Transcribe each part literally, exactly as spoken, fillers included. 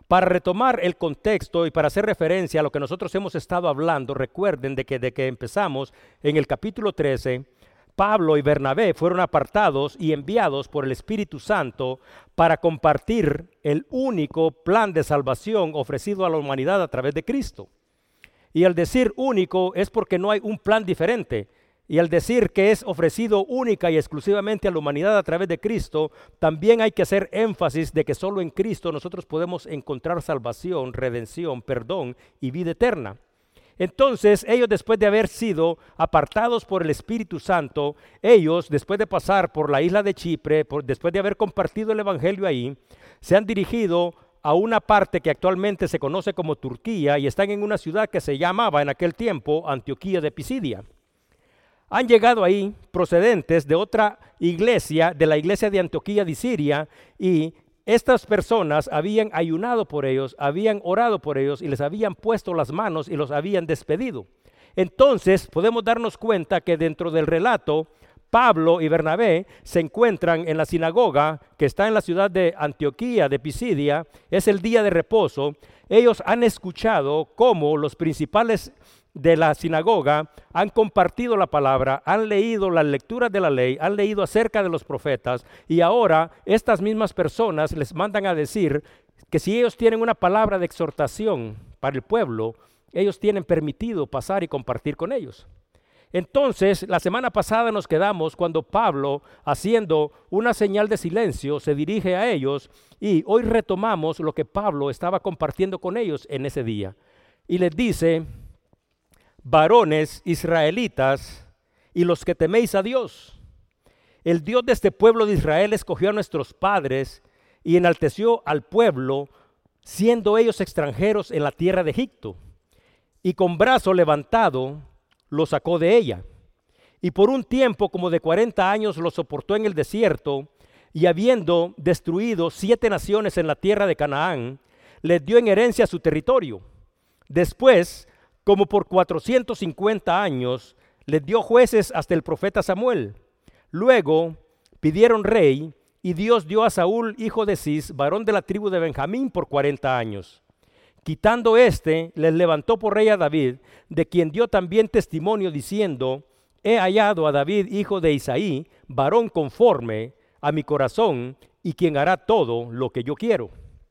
Para retomar el contexto y para hacer referencia a lo que nosotros hemos estado hablando, recuerden de que de que empezamos en el capítulo trece, Pablo y Bernabé fueron apartados y enviados por el Espíritu Santo para compartir el único plan de salvación ofrecido a la humanidad a través de Cristo. Y al decir único es porque no hay un plan diferente. Y al decir que es ofrecido única y exclusivamente a la humanidad a través de Cristo, también hay que hacer énfasis de que solo en Cristo nosotros podemos encontrar salvación, redención, perdón y vida eterna. Entonces, ellos después de haber sido apartados por el Espíritu Santo, ellos después de pasar por la isla de Chipre, por, después de haber compartido el Evangelio ahí, se han dirigido a una parte que actualmente se conoce como Turquía y están en una ciudad que se llamaba en aquel tiempo Antioquía de Pisidia. Han llegado ahí procedentes de otra iglesia, de la iglesia de Antioquía de Siria, y estas personas habían ayunado por ellos, habían orado por ellos y les habían puesto las manos y los habían despedido. Entonces podemos darnos cuenta que dentro del relato, Pablo y Bernabé se encuentran en la sinagoga que está en la ciudad de Antioquía de Pisidia. Es el día de reposo. Ellos han escuchado cómo los principales de la sinagoga han compartido la palabra, han leído las lecturas de la ley, han leído acerca de los profetas, y ahora estas mismas personas les mandan a decir que si ellos tienen una palabra de exhortación para el pueblo, ellos tienen permitido pasar y compartir con ellos. Entonces, la semana pasada nos quedamos cuando Pablo, haciendo una señal de silencio, se dirige a ellos, y hoy retomamos lo que Pablo estaba compartiendo con ellos en ese día. Y les dice: varones israelitas y los que teméis a Dios, el Dios de este pueblo de Israel escogió a nuestros padres y enalteció al pueblo, siendo ellos extranjeros en la tierra de Egipto, y con brazo levantado los sacó de ella, y por un tiempo como de cuarenta años los soportó en el desierto, y habiendo destruido siete naciones en la tierra de Canaán, les dio en herencia su territorio. Después, como por cuatrocientos cincuenta años, les dio jueces hasta el profeta Samuel. Luego pidieron rey, y Dios dio a Saúl, hijo de Cis, varón de la tribu de Benjamín, por cuarenta años. Quitando éste, les levantó por rey a David, de quien dio también testimonio diciendo: he hallado a David, hijo de Isaí, varón conforme a mi corazón, y quien hará todo lo que yo quiero.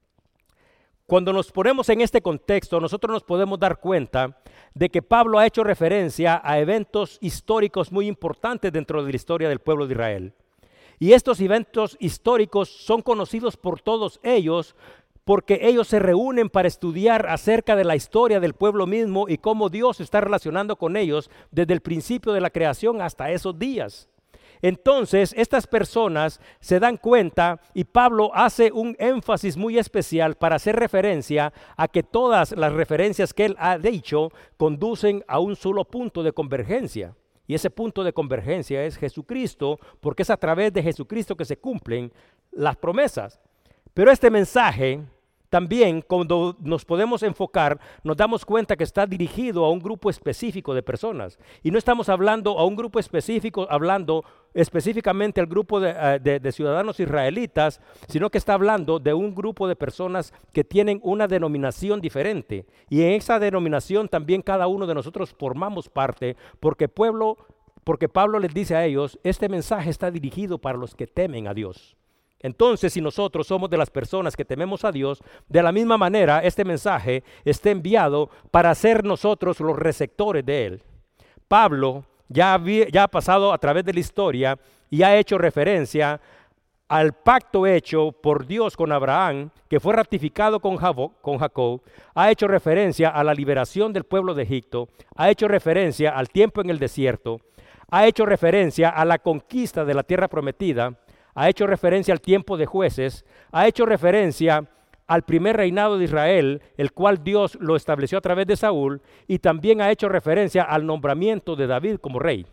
Cuando nos ponemos en este contexto, nosotros nos podemos dar cuenta de que Pablo ha hecho referencia a eventos históricos muy importantes dentro de la historia del pueblo de Israel. Y estos eventos históricos son conocidos por todos ellos porque ellos se reúnen para estudiar acerca de la historia del pueblo mismo y cómo Dios está relacionando con ellos desde el principio de la creación hasta esos días. Entonces, estas personas se dan cuenta y Pablo hace un énfasis muy especial para hacer referencia a que todas las referencias que él ha dicho conducen a un solo punto de convergencia. Y ese punto de convergencia es Jesucristo, porque es a través de Jesucristo que se cumplen las promesas. Pero este mensaje también, cuando nos podemos enfocar, nos damos cuenta que está dirigido a un grupo específico de personas. Y no estamos hablando a un grupo específico, hablando específicamente al grupo de, de, de ciudadanos israelitas, sino que está hablando de un grupo de personas que tienen una denominación diferente. Y en esa denominación también cada uno de nosotros formamos parte, porque, pueblo, porque Pablo les dice a ellos: este mensaje está dirigido para los que temen a Dios. Entonces, si nosotros somos de las personas que tememos a Dios, de la misma manera este mensaje está enviado para ser nosotros los receptores de él. Pablo ya, había, ya ha pasado a través de la historia y ha hecho referencia al pacto hecho por Dios con Abraham, que fue ratificado con Jacob, con Jacob, ha hecho referencia a la liberación del pueblo de Egipto, ha hecho referencia al tiempo en el desierto, ha hecho referencia a la conquista de la tierra prometida, ha hecho referencia al tiempo de jueces, ha hecho referencia al primer reinado de Israel, el cual Dios lo estableció a través de Saúl, y también ha hecho referencia al nombramiento de David como rey.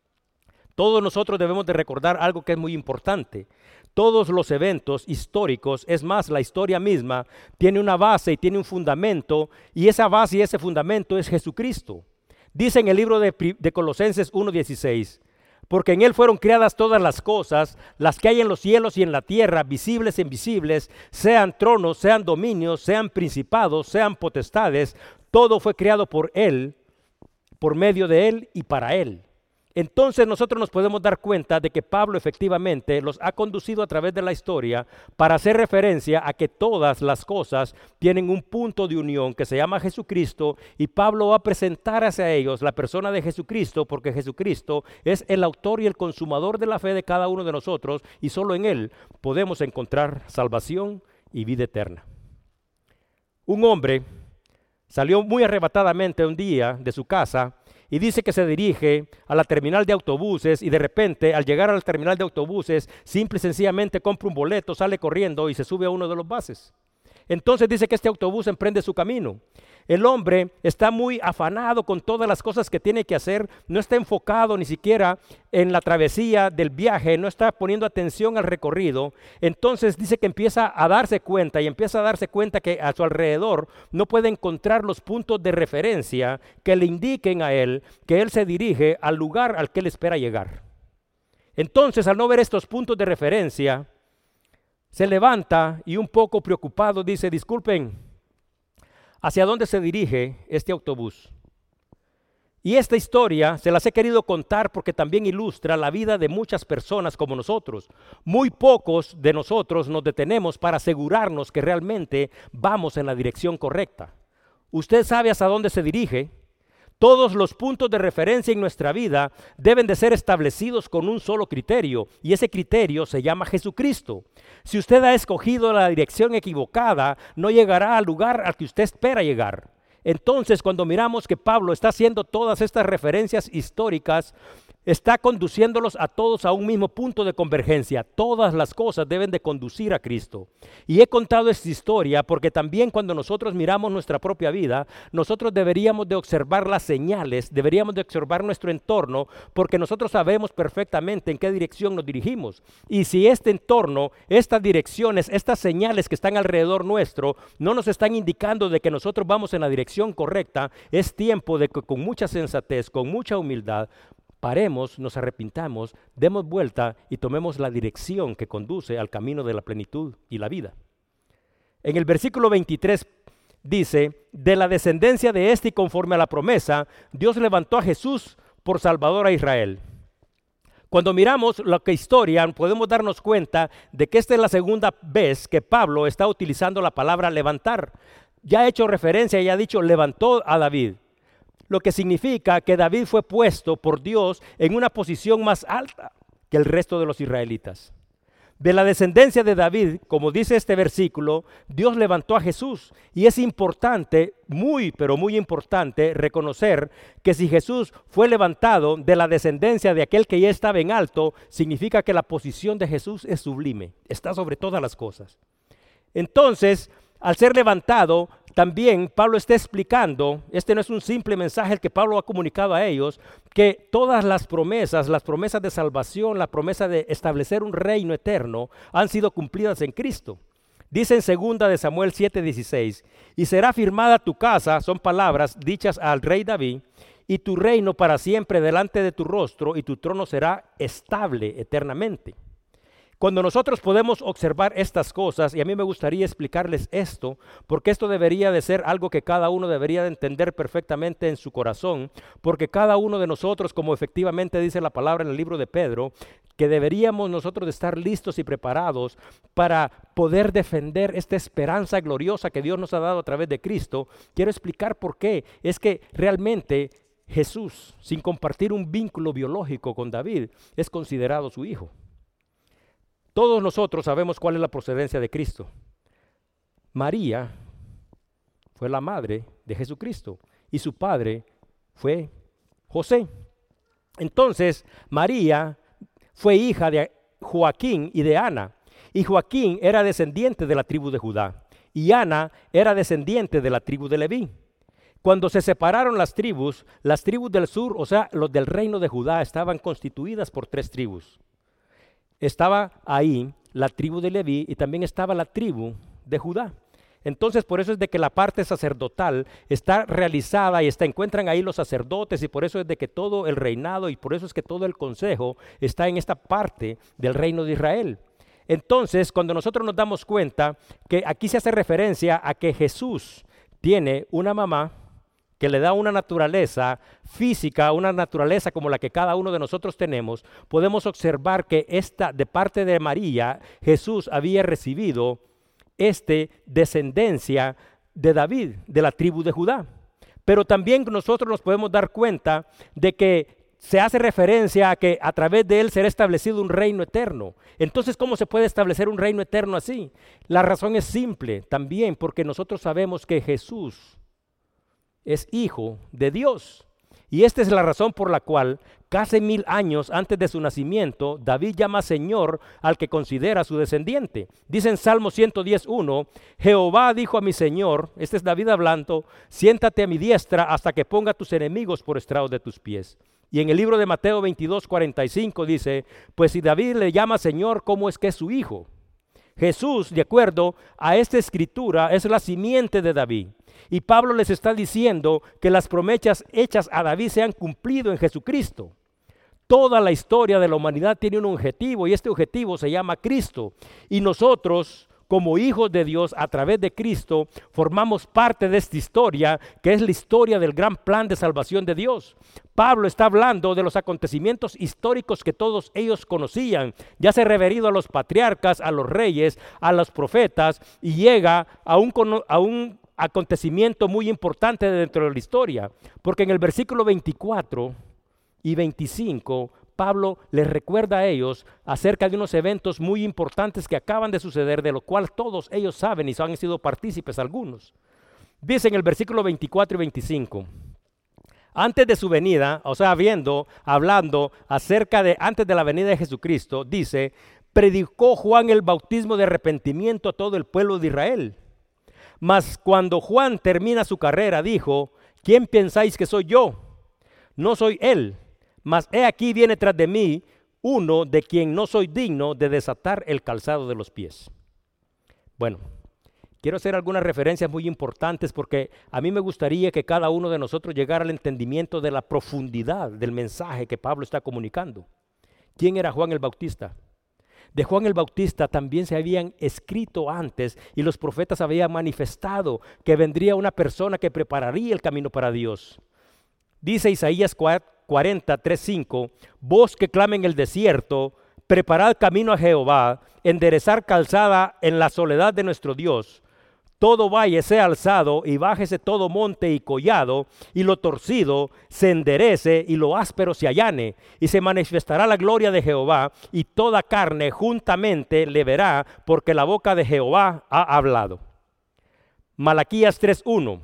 Todos nosotros debemos de recordar algo que es muy importante. Todos los eventos históricos, es más, la historia misma, tiene una base y tiene un fundamento, y esa base y ese fundamento es Jesucristo. Dice en el libro de, de Colosenses uno dieciséis: porque en él fueron creadas todas las cosas, las que hay en los cielos y en la tierra, visibles e invisibles, sean tronos, sean dominios, sean principados, sean potestades, todo fue creado por él, por medio de él y para él. Entonces nosotros nos podemos dar cuenta de que Pablo efectivamente los ha conducido a través de la historia para hacer referencia a que todas las cosas tienen un punto de unión que se llama Jesucristo, y Pablo va a presentar hacia ellos la persona de Jesucristo, porque Jesucristo es el autor y el consumador de la fe de cada uno de nosotros, y solo en él podemos encontrar salvación y vida eterna. Un hombre salió muy arrebatadamente un día de su casa y dice que se dirige a la terminal de autobuses, y de repente al llegar a la terminal de autobuses simple y sencillamente compra un boleto, sale corriendo y se sube a uno de los buses. Entonces dice que este autobús emprende su camino. El hombre está muy afanado con todas las cosas que tiene que hacer, no está enfocado ni siquiera en la travesía del viaje, no está poniendo atención al recorrido. Entonces dice que empieza a darse cuenta y empieza a darse cuenta que a su alrededor no puede encontrar los puntos de referencia que le indiquen a él que él se dirige al lugar al que él espera llegar. Entonces, al no ver estos puntos de referencia, se levanta y un poco preocupado dice: disculpen, ¿hacia dónde se dirige este autobús? Y esta historia se las he querido contar porque también ilustra la vida de muchas personas como nosotros. Muy pocos de nosotros nos detenemos para asegurarnos que realmente vamos en la dirección correcta. ¿Usted sabe hacia dónde se dirige? Todos los puntos de referencia en nuestra vida deben de ser establecidos con un solo criterio, y ese criterio se llama Jesucristo. Si usted ha escogido la dirección equivocada, no llegará al lugar al que usted espera llegar. Entonces, cuando miramos que Pablo está haciendo todas estas referencias históricas, está conduciéndolos a todos a un mismo punto de convergencia. Todas las cosas deben de conducir a Cristo. Y he contado esta historia porque también cuando nosotros miramos nuestra propia vida, nosotros deberíamos de observar las señales, deberíamos de observar nuestro entorno, porque nosotros sabemos perfectamente en qué dirección nos dirigimos. Y si este entorno, estas direcciones, estas señales que están alrededor nuestro, no nos están indicando de que nosotros vamos en la dirección correcta, es tiempo de que con mucha sensatez, con mucha humildad, paremos, nos arrepintamos, demos vuelta y tomemos la dirección que conduce al camino de la plenitud y la vida. En el versículo veintitrés dice: de la descendencia de este y conforme a la promesa, Dios levantó a Jesús por Salvador a Israel. Cuando miramos la historia, podemos darnos cuenta de que esta es la segunda vez que Pablo está utilizando la palabra levantar. Ya ha hecho referencia y ha dicho levantó a David, lo que significa que David fue puesto por Dios en una posición más alta que el resto de los israelitas. De la descendencia de David, como dice este versículo, Dios levantó a Jesús, y es importante, muy pero muy importante, reconocer que si Jesús fue levantado de la descendencia de aquel que ya estaba en alto, significa que la posición de Jesús es sublime, está sobre todas las cosas. Entonces, al ser levantado, también Pablo está explicando, este no es un simple mensaje que Pablo ha comunicado a ellos, que todas las promesas, las promesas de salvación, la promesa de establecer un reino eterno, han sido cumplidas en Cristo. Dice en segunda de Samuel siete dieciséis, y será firmada tu casa, son palabras dichas al rey David, y tu reino para siempre delante de tu rostro, y tu trono será estable eternamente. Cuando nosotros podemos observar estas cosas, y a mí me gustaría explicarles esto, porque esto debería de ser algo que cada uno debería de entender perfectamente en su corazón, porque cada uno de nosotros, como efectivamente dice la palabra en el libro de Pedro, que deberíamos nosotros de estar listos y preparados para poder defender esta esperanza gloriosa que Dios nos ha dado a través de Cristo. Quiero explicar por qué. Es que realmente Jesús, sin compartir un vínculo biológico con David, es considerado su hijo. Todos nosotros sabemos cuál es la procedencia de Cristo. María fue la madre de Jesucristo y su padre fue José. Entonces, María fue hija de Joaquín y de Ana, y Joaquín era descendiente de la tribu de Judá, y Ana era descendiente de la tribu de Leví. Cuando se separaron las tribus, las tribus del sur, o sea, los del reino de Judá, estaban constituidas por tres tribus. Estaba ahí la tribu de Leví y también estaba la tribu de Judá. Entonces, por eso es de que la parte sacerdotal está realizada y está, encuentran ahí los sacerdotes, y por eso es de que todo el reinado y por eso es que todo el consejo está en esta parte del reino de Israel. Entonces, cuando nosotros nos damos cuenta que aquí se hace referencia a que Jesús tiene una mamá que le da una naturaleza física, una naturaleza como la que cada uno de nosotros tenemos, podemos observar que esta, de parte de María, Jesús había recibido este descendencia de David, de la tribu de Judá. Pero también nosotros nos podemos dar cuenta de que se hace referencia a que a través de él será establecido un reino eterno. Entonces, ¿cómo se puede establecer un reino eterno así? La razón es simple también, porque nosotros sabemos que Jesús es hijo de Dios. Y esta es la razón por la cual casi mil años antes de su nacimiento, David llama Señor al que considera su descendiente. Dice en Salmo ciento diez, uno, Jehová dijo a mi Señor, este es David hablando, siéntate a mi diestra hasta que ponga a tus enemigos por estrado de tus pies. Y en el libro de Mateo veintidós, cuarenta y cinco dice, pues si David le llama Señor, ¿cómo es que es su hijo? Jesús, de acuerdo a esta escritura, es la simiente de David. Y Pablo les está diciendo que las promesas hechas a David se han cumplido en Jesucristo. Toda la historia de la humanidad tiene un objetivo y este objetivo se llama Cristo. Y nosotros, como hijos de Dios, a través de Cristo, formamos parte de esta historia, que es la historia del gran plan de salvación de Dios. Pablo está hablando de los acontecimientos históricos que todos ellos conocían. Ya se ha referido a los patriarcas, a los reyes, a los profetas, y llega a un, a un acontecimiento muy importante dentro de la historia. Porque en el versículo veinticuatro y veinticinco, Pablo les recuerda a ellos acerca de unos eventos muy importantes que acaban de suceder, de lo cual todos ellos saben y han sido partícipes algunos. Dice en el versículo veinticuatro y veinticinco, antes de su venida, o sea, viendo, hablando acerca de, antes de la venida de Jesucristo, dice, predicó Juan el bautismo de arrepentimiento a todo el pueblo de Israel. Mas cuando Juan termina su carrera, dijo, ¿quién pensáis que soy yo? No soy él. Mas he aquí viene tras de mí uno de quien no soy digno de desatar el calzado de los pies. Bueno, quiero hacer algunas referencias muy importantes porque a mí me gustaría que cada uno de nosotros llegara al entendimiento de la profundidad del mensaje que Pablo está comunicando. ¿Quién era Juan el Bautista? De Juan el Bautista también se habían escrito antes y los profetas habían manifestado que vendría una persona que prepararía el camino para Dios. Dice Isaías cuarenta, tres, cinco, voz que clama en el desierto, preparad camino a Jehová, enderezar calzada en la soledad de nuestro Dios. Todo valle sea alzado y bájese todo monte y collado, y lo torcido se enderece y lo áspero se allane, y se manifestará la gloria de Jehová, y toda carne juntamente le verá, porque la boca de Jehová ha hablado. Malaquías tres, uno,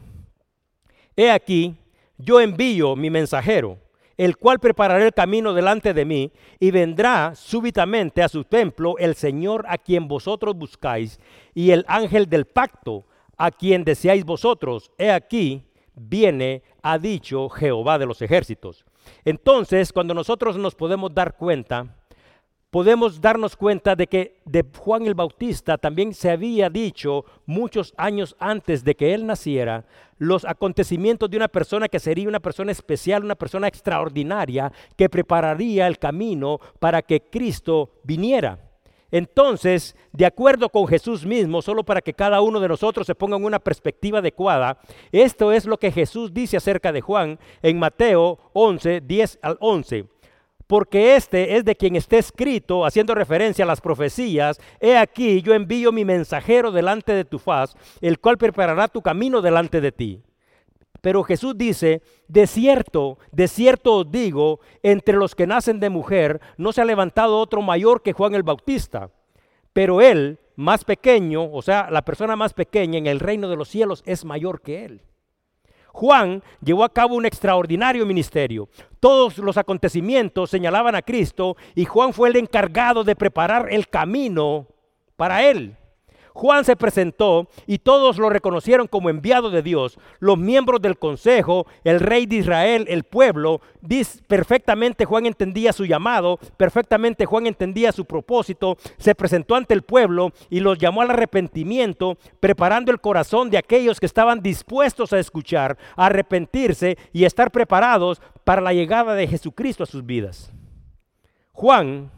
he aquí, yo envío mi mensajero, el cual preparará el camino delante de mí, y vendrá súbitamente a su templo el Señor a quien vosotros buscáis, y el ángel del pacto a quien deseáis vosotros. He aquí, viene, ha dicho Jehová de los ejércitos. Entonces, cuando nosotros nos podemos dar cuenta, podemos darnos cuenta de que de Juan el Bautista también se había dicho muchos años antes de que él naciera los acontecimientos de una persona que sería una persona especial, una persona extraordinaria que prepararía el camino para que Cristo viniera. Entonces, de acuerdo con Jesús mismo, solo para que cada uno de nosotros se ponga en una perspectiva adecuada, esto es lo que Jesús dice acerca de Juan en Mateo once, diez al once. Porque este es de quien está escrito, haciendo referencia a las profecías, he aquí yo envío mi mensajero delante de tu faz, el cual preparará tu camino delante de ti. Pero Jesús dice, de cierto, de cierto os digo, entre los que nacen de mujer, no se ha levantado otro mayor que Juan el Bautista. Pero él, más pequeño, o sea, la persona más pequeña en el reino de los cielos es mayor que él. Juan llevó a cabo un extraordinario ministerio. Todos los acontecimientos señalaban a Cristo y Juan fue el encargado de preparar el camino para él. Juan se presentó y todos lo reconocieron como enviado de Dios. Los miembros del consejo, el rey de Israel, el pueblo, dice, perfectamente Juan entendía su llamado, perfectamente Juan entendía su propósito. Se presentó ante el pueblo y los llamó al arrepentimiento, preparando el corazón de aquellos que estaban dispuestos a escuchar, a arrepentirse y estar preparados para la llegada de Jesucristo a sus vidas. Juan,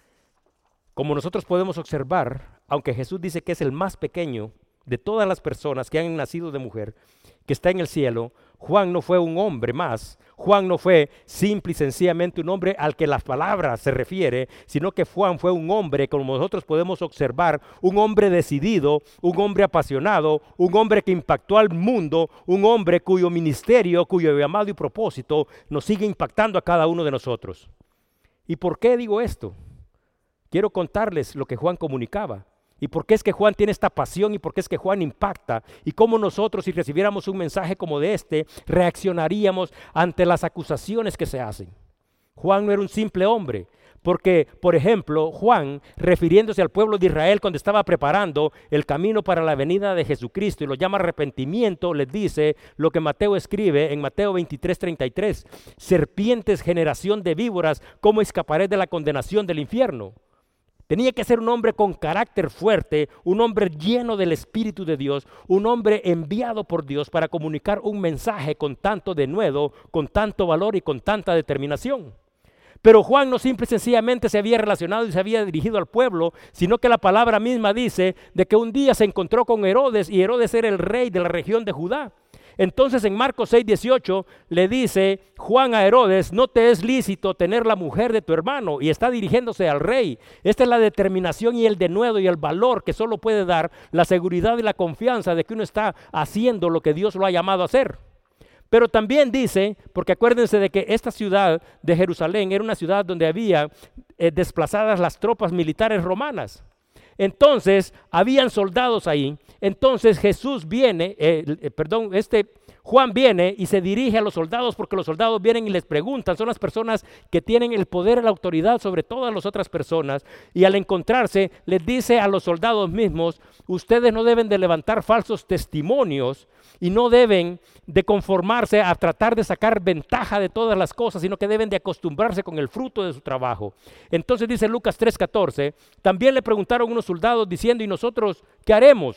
como nosotros podemos observar, aunque Jesús dice que es el más pequeño de todas las personas que han nacido de mujer, que está en el cielo, Juan no fue un hombre más. Juan no fue simple y sencillamente un hombre al que las palabras se refiere, sino que Juan fue un hombre, como nosotros podemos observar, un hombre decidido, un hombre apasionado, un hombre que impactó al mundo, un hombre cuyo ministerio, cuyo llamado y propósito nos sigue impactando a cada uno de nosotros. ¿Y por qué digo esto? Quiero contarles lo que Juan comunicaba. ¿Y por qué es que Juan tiene esta pasión? ¿Y por qué es que Juan impacta? ¿Y cómo nosotros, si recibiéramos un mensaje como de este, reaccionaríamos ante las acusaciones que se hacen? Juan no era un simple hombre, porque, por ejemplo, Juan, refiriéndose al pueblo de Israel cuando estaba preparando el camino para la venida de Jesucristo y lo llama arrepentimiento, les dice lo que Mateo escribe en Mateo veintitrés, treinta y tres. Serpientes, generación de víboras, ¿cómo escaparé de la condenación del infierno? Tenía que ser un hombre con carácter fuerte, un hombre lleno del Espíritu de Dios, un hombre enviado por Dios para comunicar un mensaje con tanto denuedo, con tanto valor y con tanta determinación. Pero Juan no simple y sencillamente se había relacionado y se había dirigido al pueblo, sino que la palabra misma dice de que un día se encontró con Herodes y Herodes era el rey de la región de Judá. Entonces en Marcos seis, dieciocho le dice Juan a Herodes, no te es lícito tener la mujer de tu hermano, y está dirigiéndose al rey. Esta es la determinación y el denuedo y el valor que solo puede dar la seguridad y la confianza de que uno está haciendo lo que Dios lo ha llamado a hacer. Pero también dice, porque acuérdense de que esta ciudad de Jerusalén era una ciudad donde había eh, desplazadas las tropas militares romanas. Entonces, habían soldados ahí. Entonces Jesús viene, eh, eh, perdón, este Juan viene y se dirige a los soldados porque los soldados vienen y les preguntan. Son las personas que tienen el poder y la autoridad sobre todas las otras personas. Y al encontrarse, les dice a los soldados mismos, ustedes no deben de levantar falsos testimonios y no deben de conformarse a tratar de sacar ventaja de todas las cosas, sino que deben de acostumbrarse con el fruto de su trabajo. Entonces dice Lucas tres, catorce, también le preguntaron unos soldados diciendo, ¿y nosotros qué haremos?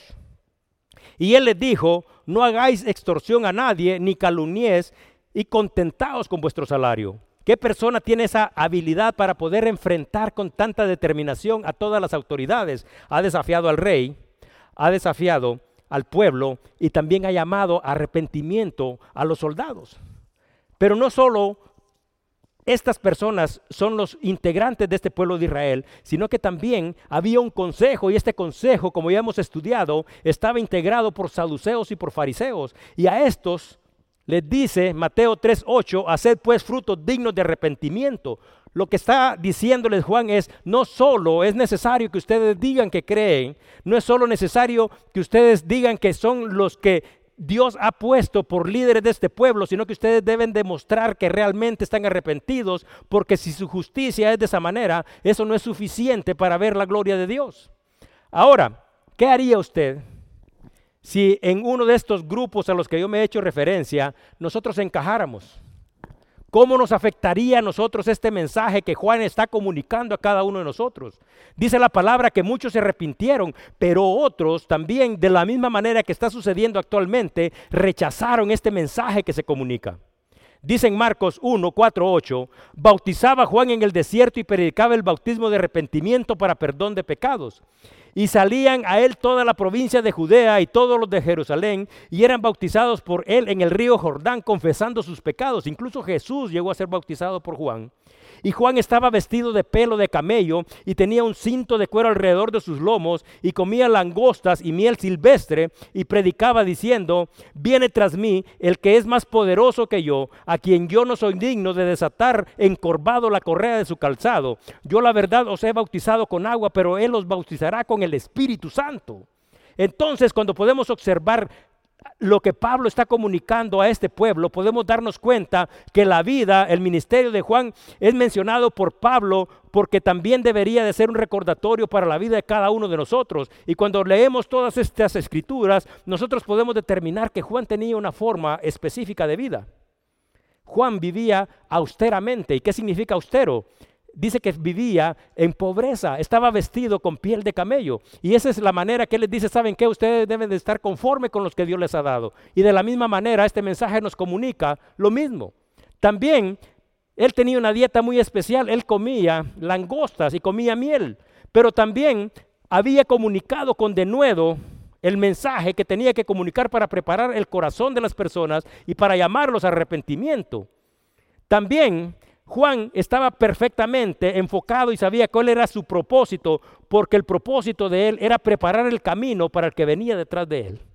Y él les dijo, no hagáis extorsión a nadie, ni calumniéis, y contentaos con vuestro salario. ¿Qué persona tiene esa habilidad para poder enfrentar con tanta determinación a todas las autoridades? Ha desafiado al rey, ha desafiado al pueblo y también ha llamado a arrepentimiento a los soldados. Pero no solo estas personas son los integrantes de este pueblo de Israel, sino que también había un consejo, y este consejo, como ya hemos estudiado, estaba integrado por saduceos y por fariseos. Y a estos les dice Mateo tres, ocho, haced pues frutos dignos de arrepentimiento. Lo que está diciéndoles Juan es, no solo es necesario que ustedes digan que creen, no es solo necesario que ustedes digan que son los que Dios ha puesto por líderes de este pueblo, sino que ustedes deben demostrar que realmente están arrepentidos, porque si su justicia es de esa manera, eso no es suficiente para ver la gloria de Dios. Ahora, ¿qué haría usted si en uno de estos grupos a los que yo me he hecho referencia, nosotros encajáramos? ¿Cómo nos afectaría a nosotros este mensaje que Juan está comunicando a cada uno de nosotros? Dice la palabra que muchos se arrepintieron, pero otros también, de la misma manera que está sucediendo actualmente, rechazaron este mensaje que se comunica. Dice en Marcos uno, cuatro, ocho, bautizaba Juan en el desierto y predicaba el bautismo de arrepentimiento para perdón de pecados. Y salían a él toda la provincia de Judea y todos los de Jerusalén, y eran bautizados por él en el río Jordán, confesando sus pecados. Incluso Jesús llegó a ser bautizado por Juan. Y Juan estaba vestido de pelo de camello y tenía un cinto de cuero alrededor de sus lomos, y comía langostas y miel silvestre, y predicaba diciendo, viene tras mí el que es más poderoso que yo, a quien yo no soy digno de desatar encorvado la correa de su calzado. Yo la verdad os he bautizado con agua, pero él os bautizará con el Espíritu Santo. Entonces, cuando podemos observar lo que Pablo está comunicando a este pueblo, podemos darnos cuenta que la vida, el ministerio de Juan es mencionado por Pablo porque también debería de ser un recordatorio para la vida de cada uno de nosotros. Y cuando leemos todas estas escrituras, nosotros podemos determinar que Juan tenía una forma específica de vida. Juan vivía austeramente. ¿Y qué significa austero? Dice que vivía en pobreza, estaba vestido con piel de camello. Y esa es la manera que él les dice, ¿saben qué? Ustedes deben de estar conforme con los que Dios les ha dado. Y de la misma manera este mensaje nos comunica lo mismo. También él tenía una dieta muy especial, él comía langostas y comía miel. Pero también había comunicado con denuedo el mensaje que tenía que comunicar para preparar el corazón de las personas y para llamarlos al arrepentimiento. También Juan estaba perfectamente enfocado y sabía cuál era su propósito, porque el propósito de él era preparar el camino para el que venía detrás de él.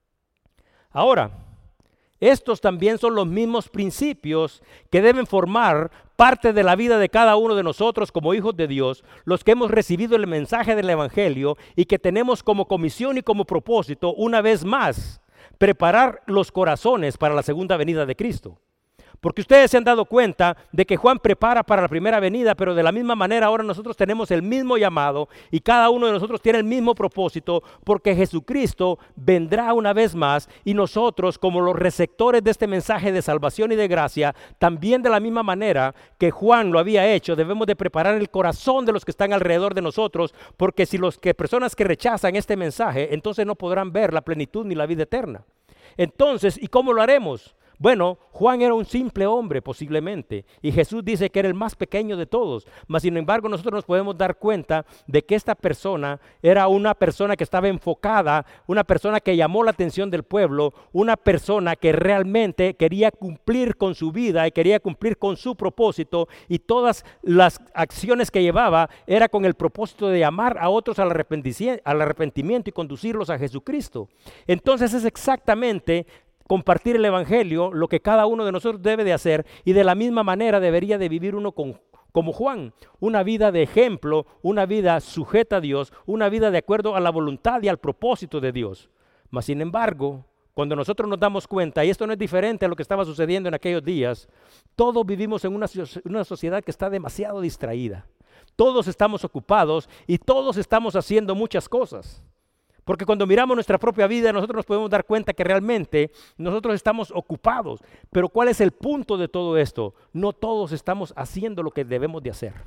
Ahora, estos también son los mismos principios que deben formar parte de la vida de cada uno de nosotros como hijos de Dios, los que hemos recibido el mensaje del Evangelio y que tenemos como comisión y como propósito, una vez más, preparar los corazones para la segunda venida de Cristo. Porque ustedes se han dado cuenta de que Juan prepara para la primera venida, pero de la misma manera ahora nosotros tenemos el mismo llamado y cada uno de nosotros tiene el mismo propósito, porque Jesucristo vendrá una vez más y nosotros, como los receptores de este mensaje de salvación y de gracia, también de la misma manera que Juan lo había hecho, debemos de preparar el corazón de los que están alrededor de nosotros, porque si los que personas que rechazan este mensaje, entonces no podrán ver la plenitud ni la vida eterna. Entonces, ¿y cómo lo haremos? Bueno, Juan era un simple hombre posiblemente y Jesús dice que era el más pequeño de todos, mas sin embargo nosotros nos podemos dar cuenta de que esta persona era una persona que estaba enfocada, una persona que llamó la atención del pueblo, una persona que realmente quería cumplir con su vida y quería cumplir con su propósito, y todas las acciones que llevaba era con el propósito de llamar a otros al arrepentimiento y conducirlos a Jesucristo. Entonces es exactamente compartir el Evangelio, lo que cada uno de nosotros debe de hacer, y de la misma manera debería de vivir uno con, como Juan, una vida de ejemplo, una vida sujeta a Dios, una vida de acuerdo a la voluntad y al propósito de Dios. Mas sin embargo, cuando nosotros nos damos cuenta, y esto no es diferente a lo que estaba sucediendo en aquellos días, todos vivimos en una, una sociedad que está demasiado distraída. Todos estamos ocupados y todos estamos haciendo muchas cosas. Porque cuando miramos nuestra propia vida, nosotros nos podemos dar cuenta que realmente nosotros estamos ocupados. Pero ¿cuál es el punto de todo esto? No todos estamos haciendo lo que debemos de hacer.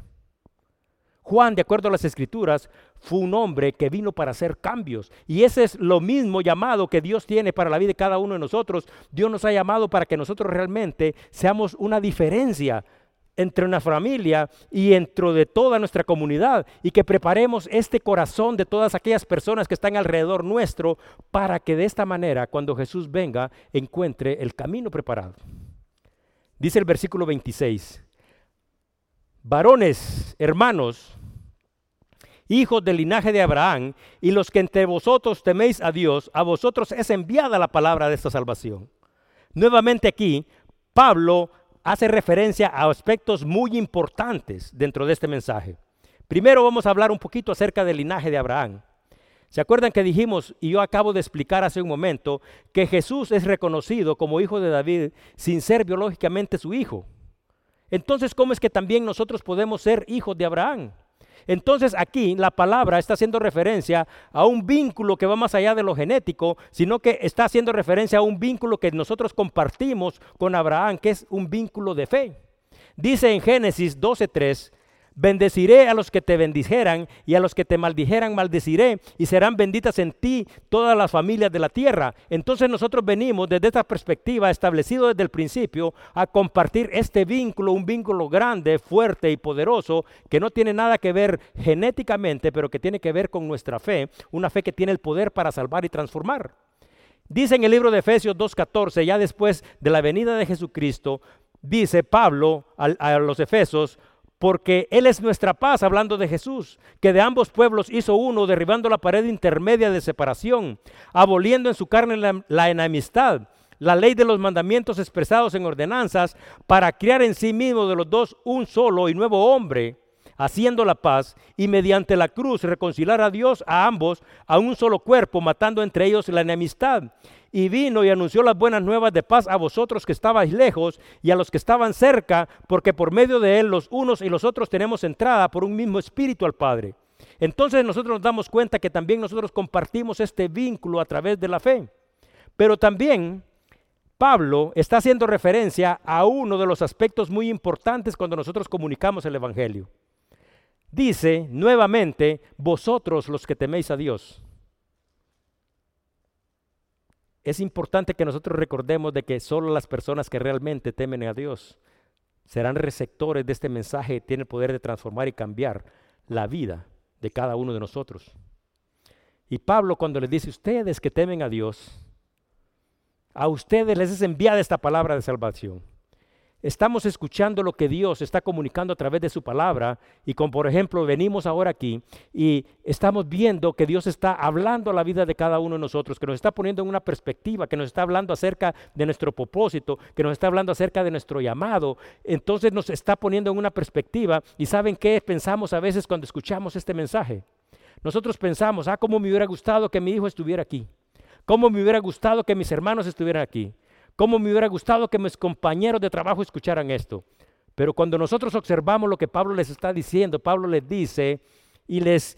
Juan, de acuerdo a las Escrituras, fue un hombre que vino para hacer cambios. Y ese es lo mismo llamado que Dios tiene para la vida de cada uno de nosotros. Dios nos ha llamado para que nosotros realmente seamos una diferencia entre una familia y dentro de toda nuestra comunidad, y que preparemos este corazón de todas aquellas personas que están alrededor nuestro, para que de esta manera, cuando Jesús venga, encuentre el camino preparado. Dice el versículo veintiséis, varones, hermanos, hijos del linaje de Abraham, y los que entre vosotros teméis a Dios, a vosotros es enviada la palabra de esta salvación. Nuevamente aquí, Pablo hace referencia a aspectos muy importantes dentro de este mensaje. Primero vamos a hablar un poquito acerca del linaje de Abraham. ¿Se acuerdan que dijimos, y yo acabo de explicar hace un momento, que Jesús es reconocido como hijo de David sin ser biológicamente su hijo? Entonces, ¿cómo es que también nosotros podemos ser hijos de Abraham? Entonces aquí la palabra está haciendo referencia a un vínculo que va más allá de lo genético, sino que está haciendo referencia a un vínculo que nosotros compartimos con Abraham, que es un vínculo de fe. Dice en Génesis doce tres, bendeciré a los que te bendijeran y a los que te maldijeran maldeciré, y serán benditas en ti todas las familias de la tierra. Entonces nosotros venimos desde esta perspectiva, establecido desde el principio, a compartir este vínculo, un vínculo grande, fuerte y poderoso, que no tiene nada que ver genéticamente, pero que tiene que ver con nuestra fe, una fe que tiene el poder para salvar y transformar. Dice en el libro de Efesios dos catorce, ya después de la venida de Jesucristo, dice Pablo a, a los Efesios, porque Él es nuestra paz, hablando de Jesús, que de ambos pueblos hizo uno, derribando la pared intermedia de separación, aboliendo en su carne la, la enemistad, la ley de los mandamientos expresados en ordenanzas, para crear en sí mismo de los dos un solo y nuevo hombre, haciendo la paz, y mediante la cruz reconciliar a Dios a ambos a un solo cuerpo, matando entre ellos la enemistad. Y vino y anunció las buenas nuevas de paz a vosotros que estabais lejos y a los que estaban cerca, porque por medio de él los unos y los otros tenemos entrada por un mismo espíritu al Padre. Entonces nosotros nos damos cuenta que también nosotros compartimos este vínculo a través de la fe. Pero también Pablo está haciendo referencia a uno de los aspectos muy importantes cuando nosotros comunicamos el evangelio. Dice nuevamente, vosotros los que teméis a Dios. Es importante que nosotros recordemos de que solo las personas que realmente temen a Dios serán receptores de este mensaje, tienen el poder de transformar y cambiar la vida de cada uno de nosotros. Y Pablo, cuando les dice, ustedes que temen a Dios, a ustedes les es enviada esta palabra de salvación. Estamos escuchando lo que Dios está comunicando a través de su palabra, y como por ejemplo venimos ahora aquí y estamos viendo que Dios está hablando a la vida de cada uno de nosotros, que nos está poniendo en una perspectiva, que nos está hablando acerca de nuestro propósito, que nos está hablando acerca de nuestro llamado. Entonces nos está poniendo en una perspectiva. ¿Y saben qué pensamos a veces cuando escuchamos este mensaje? Nosotros pensamos, ah, cómo me hubiera gustado que mi hijo estuviera aquí, cómo me hubiera gustado que mis hermanos estuvieran aquí, cómo me hubiera gustado que mis compañeros de trabajo escucharan esto. Pero cuando nosotros observamos lo que Pablo les está diciendo, Pablo les dice y les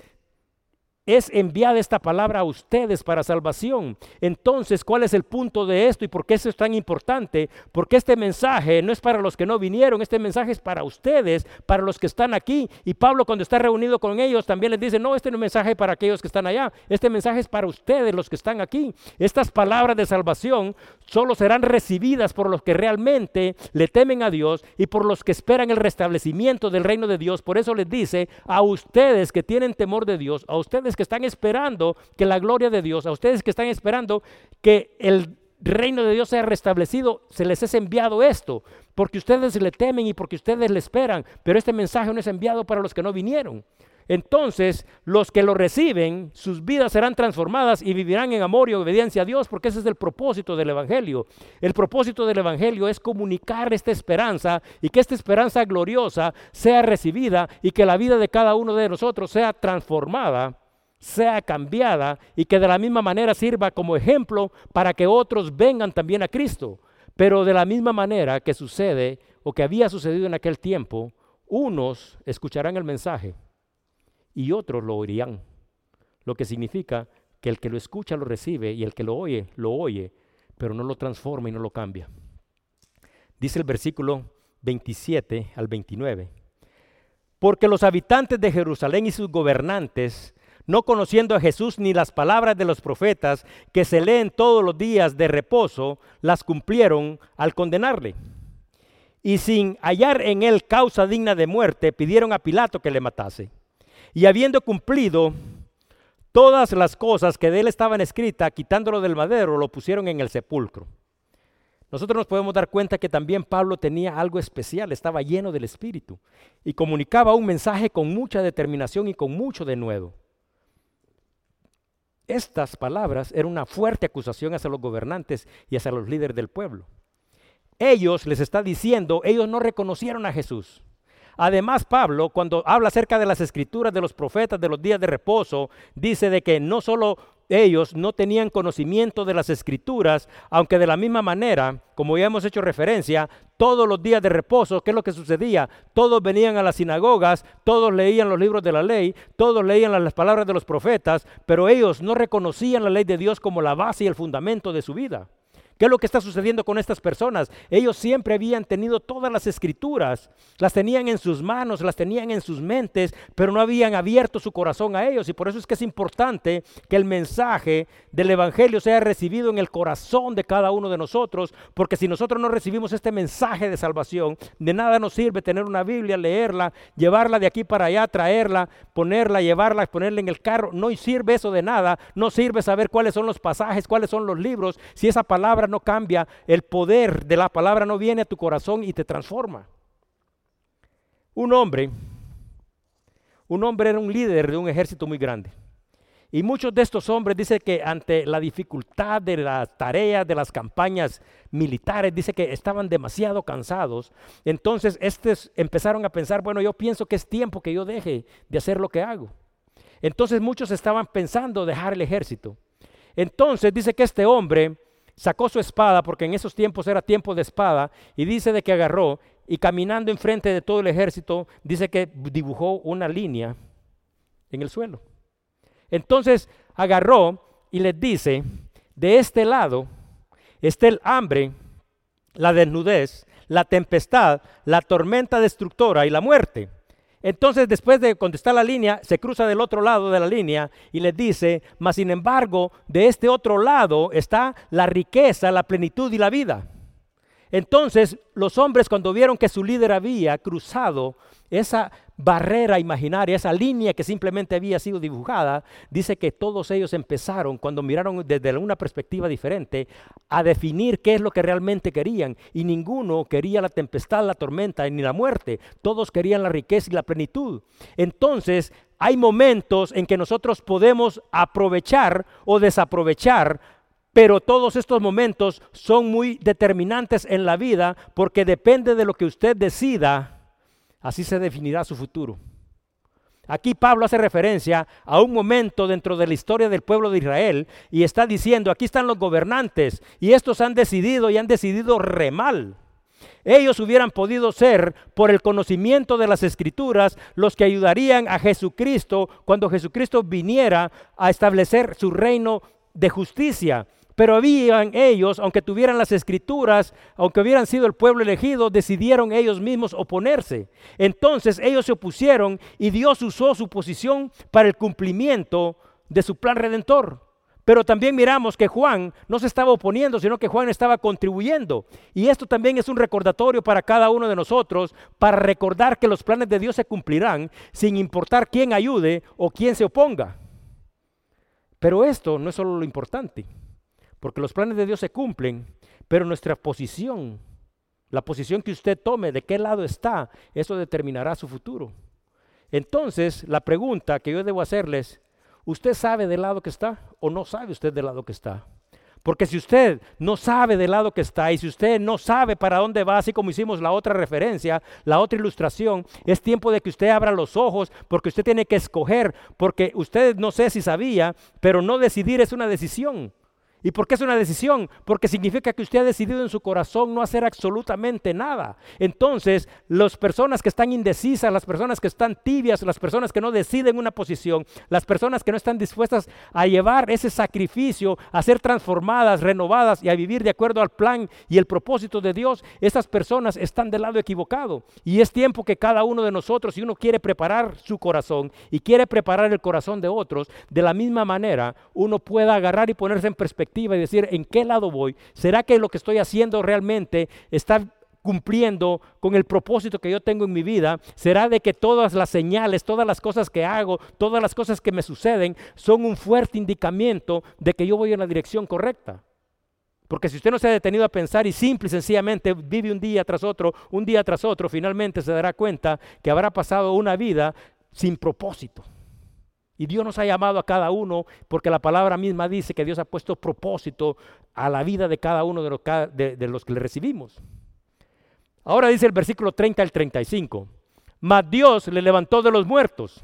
es enviada esta palabra a ustedes para salvación. Entonces, ¿cuál es el punto de esto y por qué eso es tan importante? Porque este mensaje no es para los que no vinieron, este mensaje es para ustedes, para los que están aquí. Y Pablo, cuando está reunido con ellos, también les dice, no, este no es un mensaje para aquellos que están allá, este mensaje es para ustedes, los que están aquí. Estas palabras de salvación solo serán recibidas por los que realmente le temen a Dios y por los que esperan el restablecimiento del reino de Dios. Por eso les dice, a ustedes que tienen temor de Dios, a ustedes que están esperando que la gloria de Dios, a ustedes que están esperando que el reino de Dios sea restablecido, se les es enviado esto, porque ustedes le temen y porque ustedes le esperan, pero este mensaje no es enviado para los que no vinieron. Entonces, los que lo reciben, sus vidas serán transformadas y vivirán en amor y obediencia a Dios, porque ese es el propósito del evangelio. El propósito del evangelio es comunicar esta esperanza y que esta esperanza gloriosa sea recibida y que la vida de cada uno de nosotros sea transformada, sea cambiada y que de la misma manera sirva como ejemplo para que otros vengan también a Cristo. Pero de la misma manera que sucede o que había sucedido en aquel tiempo, unos escucharán el mensaje y otros lo oirán, lo que significa que el que lo escucha lo recibe y el que lo oye, lo oye, pero no lo transforma y no lo cambia. Dice el versículo veintisiete al veintinueve, porque los habitantes de Jerusalén y sus gobernantes, no conociendo a Jesús ni las palabras de los profetas que se leen todos los días de reposo, las cumplieron al condenarle. Y sin hallar en él causa digna de muerte, pidieron a Pilato que le matase. Y habiendo cumplido todas las cosas que de él estaban escritas, quitándolo del madero, lo pusieron en el sepulcro. Nosotros nos podemos dar cuenta que también Pablo tenía algo especial, estaba lleno del Espíritu y comunicaba un mensaje con mucha determinación y con mucho denuedo. Estas palabras eran una fuerte acusación hacia los gobernantes y hacia los líderes del pueblo. Ellos, les está diciendo, ellos no reconocieron a Jesús. Además, Pablo, cuando habla acerca de las escrituras de los profetas de los días de reposo, dice de que no solo ellos no tenían conocimiento de las escrituras, aunque de la misma manera, como ya hemos hecho referencia, todos los días de reposo, ¿qué es lo que sucedía? Todos venían a las sinagogas, todos leían los libros de la ley, todos leían las palabras de los profetas, pero ellos no reconocían la ley de Dios como la base y el fundamento de su vida. ¿Qué es lo que está sucediendo con estas personas? Ellos siempre habían tenido todas las escrituras, las tenían en sus manos, las tenían en sus mentes, pero no habían abierto su corazón a ellos. Y por eso es que es importante que el mensaje del evangelio sea recibido en el corazón de cada uno de nosotros, porque si nosotros no recibimos este mensaje de salvación, de nada nos sirve tener una Biblia, leerla, llevarla de aquí para allá, traerla, ponerla, llevarla, ponerla en el carro. No sirve eso de nada, no sirve saber cuáles son los pasajes, cuáles son los libros, si esa palabra no cambia, el poder de la palabra no viene a tu corazón y te transforma. Un hombre, un hombre era un líder de un ejército muy grande Y muchos de estos hombres dice que ante la dificultad de las tareas, de las campañas militares, dice que estaban demasiado cansados. Entonces estos empezaron a pensar, bueno, yo pienso que es tiempo que yo deje de hacer lo que hago. Entonces muchos estaban pensando dejar el ejército. Entonces dice que este hombre sacó su espada, porque en esos tiempos era tiempo de espada, y dice de que agarró y caminando enfrente de todo el ejército, dice que dibujó una línea en el suelo. Entonces agarró y les dice, de este lado está el hambre, la desnudez, la tempestad, la tormenta destructora y la muerte. Entonces después de contestar la línea, se cruza del otro lado de la línea y les dice, mas sin embargo, de este otro lado está la riqueza, la plenitud y la vida. Entonces los hombres, cuando vieron que su líder había cruzado esa barrera imaginaria, esa línea que simplemente había sido dibujada, dice que todos ellos empezaron, cuando miraron desde una perspectiva diferente, a definir qué es lo que realmente querían. Y ninguno quería la tempestad, la tormenta ni la muerte. Todos querían la riqueza y la plenitud. Entonces hay momentos en que nosotros podemos aprovechar o desaprovechar, pero todos estos momentos son muy determinantes en la vida, porque depende de lo que usted decida, así se definirá su futuro. Aquí Pablo hace referencia a un momento dentro de la historia del pueblo de Israel y está diciendo, aquí están los gobernantes y estos han decidido y han decidido re mal. Ellos hubieran podido ser, por el conocimiento de las Escrituras, los que ayudarían a Jesucristo cuando Jesucristo viniera a establecer su reino de justicia. Pero habían ellos, aunque tuvieran las Escrituras, aunque hubieran sido el pueblo elegido, decidieron ellos mismos oponerse. Entonces ellos se opusieron y Dios usó su posición para el cumplimiento de su plan redentor. Pero también miramos que Juan no se estaba oponiendo, sino que Juan estaba contribuyendo. Y esto también es un recordatorio para cada uno de nosotros, para recordar que los planes de Dios se cumplirán sin importar quién ayude o quién se oponga. Pero esto no es solo lo importante, porque los planes de Dios se cumplen, pero nuestra posición, la posición que usted tome, de qué lado está, eso determinará su futuro. Entonces, la pregunta que yo debo hacerles, ¿usted sabe del lado que está o no sabe usted del lado que está? Porque si usted no sabe del lado que está y si usted no sabe para dónde va, así como hicimos la otra referencia, la otra ilustración, es tiempo de que usted abra los ojos, porque usted tiene que escoger, porque usted no sé si sabía, pero no decidir es una decisión. ¿Y por qué es una decisión? Porque significa que usted ha decidido en su corazón no hacer absolutamente nada. Entonces, las personas que están indecisas, las personas que están tibias, las personas que no deciden una posición, las personas que no están dispuestas a llevar ese sacrificio, a ser transformadas, renovadas y a vivir de acuerdo al plan y el propósito de Dios, esas personas están del lado equivocado. Y es tiempo que cada uno de nosotros, si uno quiere preparar su corazón y quiere preparar el corazón de otros, de la misma manera, uno pueda agarrar y ponerse en perspectiva y decir, ¿en qué lado voy? ¿Será que lo que estoy haciendo realmente está cumpliendo con el propósito que yo tengo en mi vida? ¿Será de que todas las señales, todas las cosas que hago, todas las cosas que me suceden son un fuerte indicamiento de que yo voy en la dirección correcta? Porque si usted no se ha detenido a pensar y simple y sencillamente vive un día tras otro, un día tras otro, finalmente se dará cuenta que habrá pasado una vida sin propósito. Y Dios nos ha llamado a cada uno, porque la palabra misma dice que Dios ha puesto propósito a la vida de cada uno de los, de, de los que le recibimos. Ahora dice el versículo treinta al treinta y cinco, mas Dios le levantó de los muertos,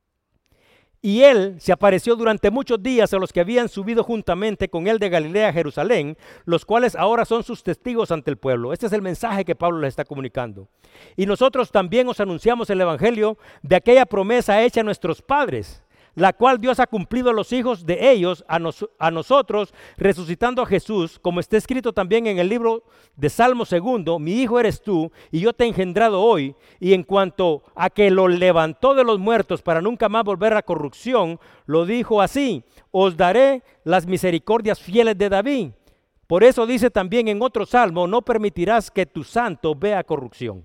y él se apareció durante muchos días a los que habían subido juntamente con él de Galilea a Jerusalén, los cuales ahora son sus testigos ante el pueblo. Este es el mensaje que Pablo les está comunicando. Y nosotros también os anunciamos el evangelio de aquella promesa hecha a nuestros padres, la cual Dios ha cumplido a los hijos de ellos, a, nos, a nosotros, resucitando a Jesús, como está escrito también en el libro de Salmo segundo, mi hijo eres tú, y yo te he engendrado hoy. Y en cuanto a que lo levantó de los muertos para nunca más volver a corrupción, lo dijo así, os daré las misericordias fieles de David. Por eso dice también en otro salmo, no permitirás que tu santo vea corrupción.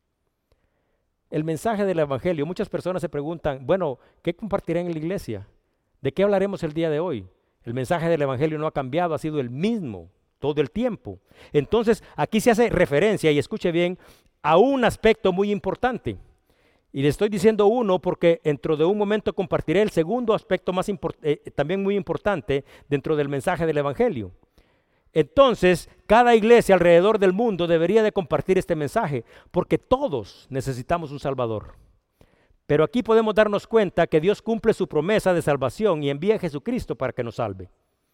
El mensaje del evangelio, muchas personas se preguntan, bueno, ¿qué compartirán en la iglesia? ¿De qué hablaremos el día de hoy? El mensaje del evangelio no ha cambiado, ha sido el mismo todo el tiempo. Entonces, aquí se hace referencia, y escuche bien, a un aspecto muy importante. Y le estoy diciendo uno porque dentro de un momento compartiré el segundo aspecto más eh, también muy importante dentro del mensaje del Evangelio. Entonces, cada iglesia alrededor del mundo debería de compartir este mensaje, porque todos necesitamos un Salvador. Pero aquí podemos darnos cuenta que Dios cumple su promesa de salvación y envía a Jesucristo para que nos salve.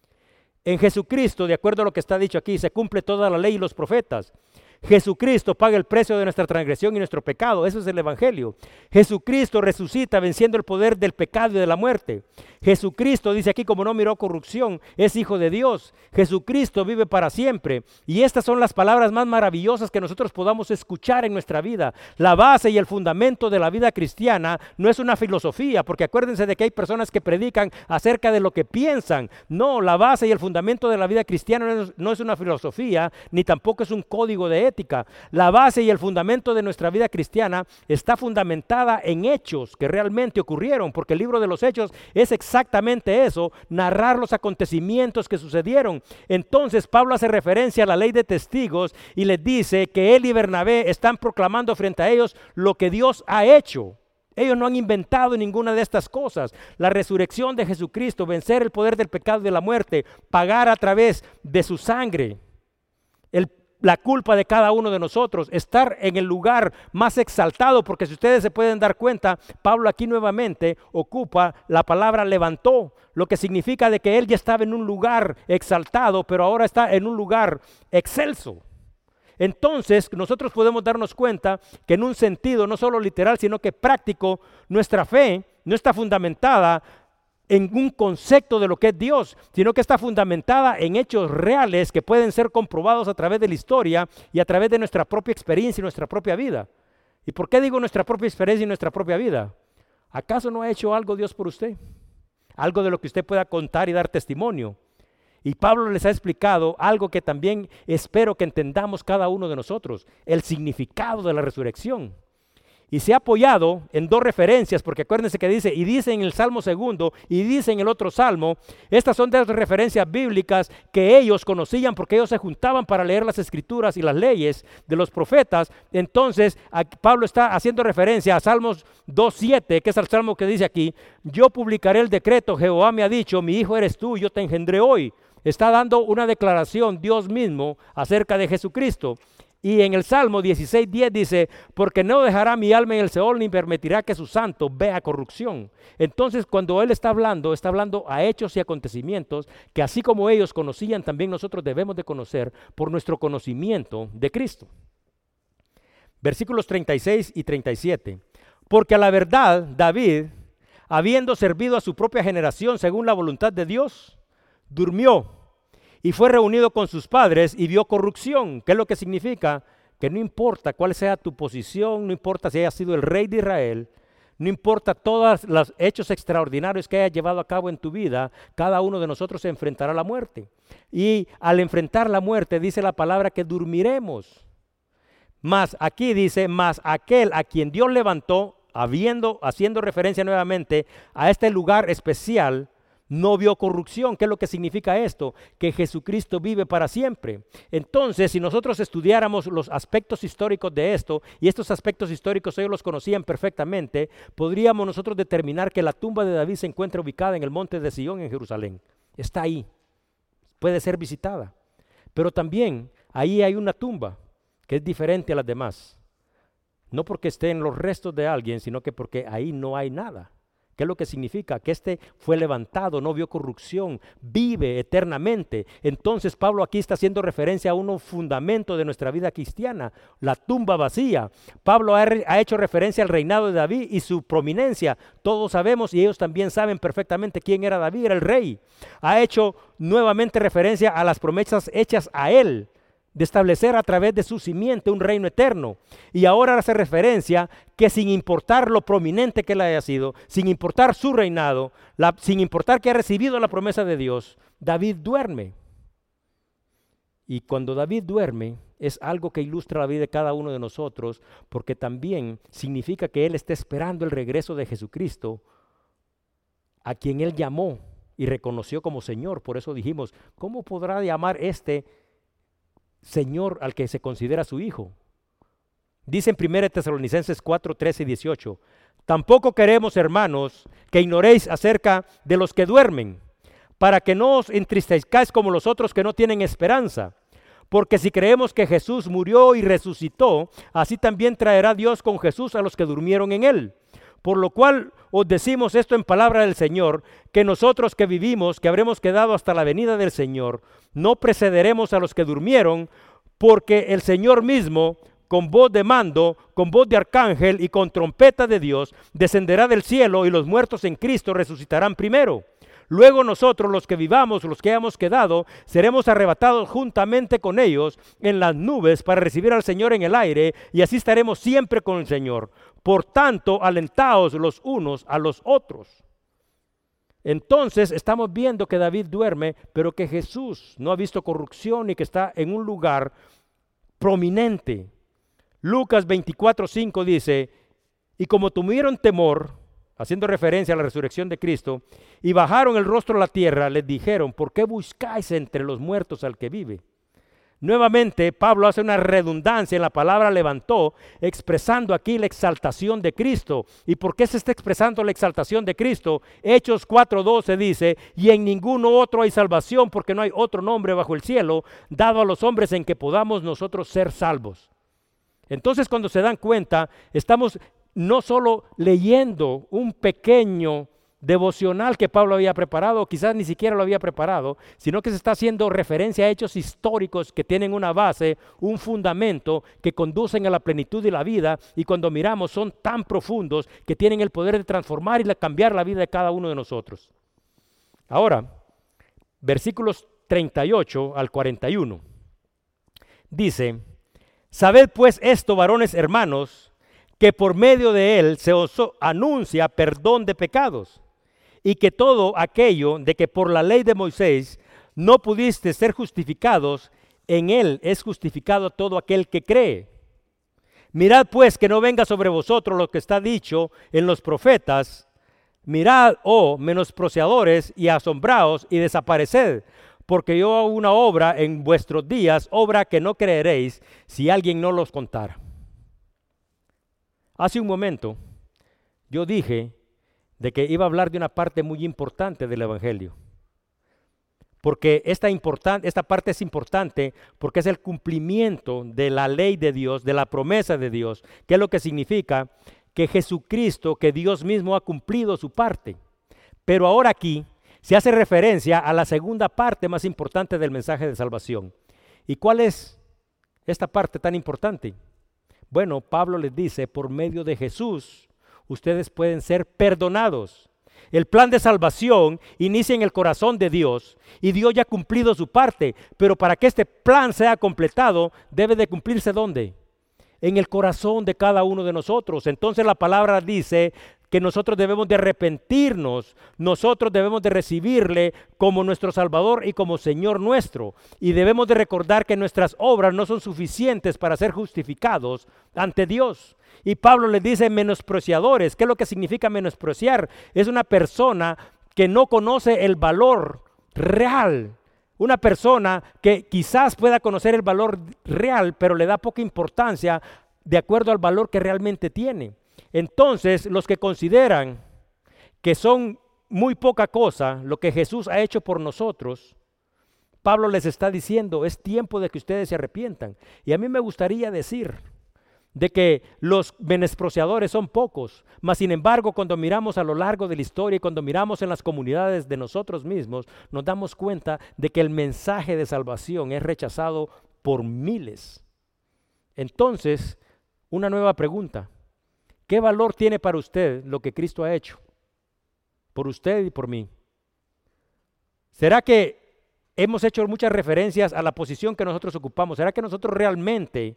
En Jesucristo, de acuerdo a lo que está dicho aquí, se cumple toda la ley y los profetas. Jesucristo paga el precio de nuestra transgresión y nuestro pecado. Eso es el Evangelio. Jesucristo resucita venciendo el poder del pecado y de la muerte. Jesucristo, dice aquí, como no miró corrupción, es Hijo de Dios. Jesucristo vive para siempre. Y estas son las palabras más maravillosas que nosotros podamos escuchar en nuestra vida. La base y el fundamento de la vida cristiana no es una filosofía, porque acuérdense de que hay personas que predican acerca de lo que piensan. No, la base y el fundamento de la vida cristiana no es, no es una filosofía, ni tampoco es un código de ética. La base y el fundamento de nuestra vida cristiana está fundamentada en hechos que realmente ocurrieron, porque el libro de los Hechos es exactamente eso, narrar los acontecimientos que sucedieron. Entonces Pablo hace referencia a la ley de testigos y les dice que él y Bernabé están proclamando frente a ellos lo que Dios ha hecho. Ellos no han inventado ninguna de estas cosas. La resurrección de Jesucristo, vencer el poder del pecado y de la muerte, pagar a través de su sangre el la culpa de cada uno de nosotros, estar en el lugar más exaltado, porque si ustedes se pueden dar cuenta, Pablo aquí nuevamente ocupa la palabra levantó, lo que significa de que él ya estaba en un lugar exaltado, pero ahora está en un lugar excelso. Entonces nosotros podemos darnos cuenta que en un sentido no solo literal, sino que práctico, nuestra fe no está fundamentada en un concepto de lo que es Dios, sino que está fundamentada en hechos reales que pueden ser comprobados a través de la historia y a través de nuestra propia experiencia y nuestra propia vida. ¿Y por qué digo nuestra propia experiencia y nuestra propia vida? ¿Acaso no ha hecho algo Dios por usted? Algo de lo que usted pueda contar y dar testimonio. Y Pablo les ha explicado algo que también espero que entendamos cada uno de nosotros, el significado de la resurrección. Y se ha apoyado en dos referencias, porque acuérdense que dice, y dice en el Salmo segundo, y dice en el otro Salmo, estas son dos referencias bíblicas que ellos conocían porque ellos se juntaban para leer las escrituras y las leyes de los profetas. Entonces, Pablo está haciendo referencia a Salmos dos siete, que es el Salmo que dice aquí, yo publicaré el decreto, Jehová me ha dicho, mi hijo eres tú, yo te engendré hoy. Está dando una declaración Dios mismo acerca de Jesucristo. Y en el Salmo dieciséis diez dice, porque no dejará mi alma en el Seol, ni permitirá que su santo vea corrupción. Entonces, cuando él está hablando, está hablando a hechos y acontecimientos que así como ellos conocían, también nosotros debemos de conocer por nuestro conocimiento de Cristo. Versículos treinta y seis y treinta y siete. Porque a la verdad, David, habiendo servido a su propia generación según la voluntad de Dios, durmió y fue reunido con sus padres y vio corrupción. ¿Qué es lo que significa? Que no importa cuál sea tu posición, no importa si hayas sido el rey de Israel, no importa todos los hechos extraordinarios que hayas llevado a cabo en tu vida, cada uno de nosotros se enfrentará a la muerte. Y al enfrentar la muerte dice la palabra que dormiremos. Mas aquí dice, mas aquel a quien Dios levantó, habiendo, haciendo referencia nuevamente a este lugar especial, no vio corrupción. ¿Qué es lo que significa esto? Que Jesucristo vive para siempre. Entonces, si nosotros estudiáramos los aspectos históricos de esto, y estos aspectos históricos ellos los conocían perfectamente, podríamos nosotros determinar que la tumba de David se encuentra ubicada en el monte de Sion en Jerusalén. Está ahí, puede ser visitada. Pero también ahí hay una tumba que es diferente a las demás. No porque estén los restos de alguien, sino que porque ahí no hay nada. ¿Qué es lo que significa? Que este fue levantado, no vio corrupción, vive eternamente. Entonces Pablo aquí está haciendo referencia a un fundamento de nuestra vida cristiana, la tumba vacía. Pablo ha, ha hecho referencia al reinado de David y su prominencia. Todos sabemos y ellos también saben perfectamente quién era David, era el rey. Ha hecho nuevamente referencia a las promesas hechas a él, de establecer a través de su simiente un reino eterno. Y ahora hace referencia que sin importar lo prominente que él haya sido, sin importar su reinado, la, sin importar que ha recibido la promesa de Dios, David duerme. Y cuando David duerme es algo que ilustra la vida de cada uno de nosotros, porque también significa que él está esperando el regreso de Jesucristo, a quien él llamó y reconoció como Señor. Por eso dijimos, ¿cómo podrá llamar este Señor al que se considera su hijo? Dice en primera Tesalonicenses cuatro, trece y dieciocho, tampoco queremos, hermanos, que ignoréis acerca de los que duermen, para que no os entristezcáis como los otros que no tienen esperanza. Porque si creemos que Jesús murió y resucitó, así también traerá Dios con Jesús a los que durmieron en él. Por lo cual os decimos esto en palabra del Señor, que nosotros que vivimos, que habremos quedado hasta la venida del Señor, no precederemos a los que durmieron, porque el Señor mismo, con voz de mando, con voz de arcángel y con trompeta de Dios, descenderá del cielo y los muertos en Cristo resucitarán primero. Luego nosotros, los que vivamos, los que hayamos quedado, seremos arrebatados juntamente con ellos en las nubes para recibir al Señor en el aire, y así estaremos siempre con el Señor. Por tanto, alentaos los unos a los otros. Entonces estamos viendo que David duerme, pero que Jesús no ha visto corrupción y que está en un lugar prominente. Lucas veinticuatro, cinco dice, y como tuvieron temor, haciendo referencia a la resurrección de Cristo, y bajaron el rostro a la tierra, les dijeron, ¿por qué buscáis entre los muertos al que vive? Nuevamente, Pablo hace una redundancia en la palabra levantó, expresando aquí la exaltación de Cristo. ¿Y por qué se está expresando la exaltación de Cristo? Hechos cuatro doce dice, y en ninguno otro hay salvación, porque no hay otro nombre bajo el cielo dado a los hombres en que podamos nosotros ser salvos. Entonces, cuando se dan cuenta, estamos no solo leyendo un pequeño devocional que Pablo había preparado, o quizás ni siquiera lo había preparado, sino que se está haciendo referencia a hechos históricos que tienen una base, un fundamento, que conducen a la plenitud de la vida, y cuando miramos son tan profundos que tienen el poder de transformar y cambiar la vida de cada uno de nosotros. Ahora, versículos treinta y ocho al cuarenta y uno, dice, sabed pues esto, varones hermanos, que por medio de él se os anuncia perdón de pecados, y que todo aquello de que por la ley de Moisés no pudiste ser justificados, en él es justificado todo aquel que cree. Mirad pues que no venga sobre vosotros lo que está dicho en los profetas, mirad, oh menospreciadores, y asombraos y desapareced, porque yo hago una obra en vuestros días, obra que no creeréis si alguien no los contara. Hace un momento yo dije de que iba a hablar de una parte muy importante del Evangelio, porque esta, importan- esta parte es importante porque es el cumplimiento de la ley de Dios, de la promesa de Dios, que es lo que significa que Jesucristo, que Dios mismo ha cumplido su parte. Pero ahora aquí se hace referencia a la segunda parte más importante del mensaje de salvación. ¿Y cuál es esta parte tan importante? Bueno, Pablo les dice, por medio de Jesús, ustedes pueden ser perdonados. El plan de salvación inicia en el corazón de Dios y Dios ya ha cumplido su parte, pero para que este plan sea completado, debe de cumplirse ¿dónde? En el corazón de cada uno de nosotros. Entonces la palabra dice que nosotros debemos de arrepentirnos, nosotros debemos de recibirle como nuestro Salvador y como Señor nuestro, y debemos de recordar que nuestras obras no son suficientes para ser justificados ante Dios. Y Pablo les dice menospreciadores. ¿Qué es lo que significa menospreciar? Es una persona que no conoce el valor real, una persona que quizás pueda conocer el valor real, pero le da poca importancia de acuerdo al valor que realmente tiene. Entonces, los que consideran que son muy poca cosa lo que Jesús ha hecho por nosotros, Pablo les está diciendo, es tiempo de que ustedes se arrepientan. Y a mí me gustaría decir de que los menospreciadores son pocos, mas sin embargo, cuando miramos a lo largo de la historia y cuando miramos en las comunidades de nosotros mismos, nos damos cuenta de que el mensaje de salvación es rechazado por miles. Entonces, una nueva pregunta. ¿Qué valor tiene para usted lo que Cristo ha hecho? Por usted y por mí. ¿Será que hemos hecho muchas referencias a la posición que nosotros ocupamos? ¿Será que nosotros realmente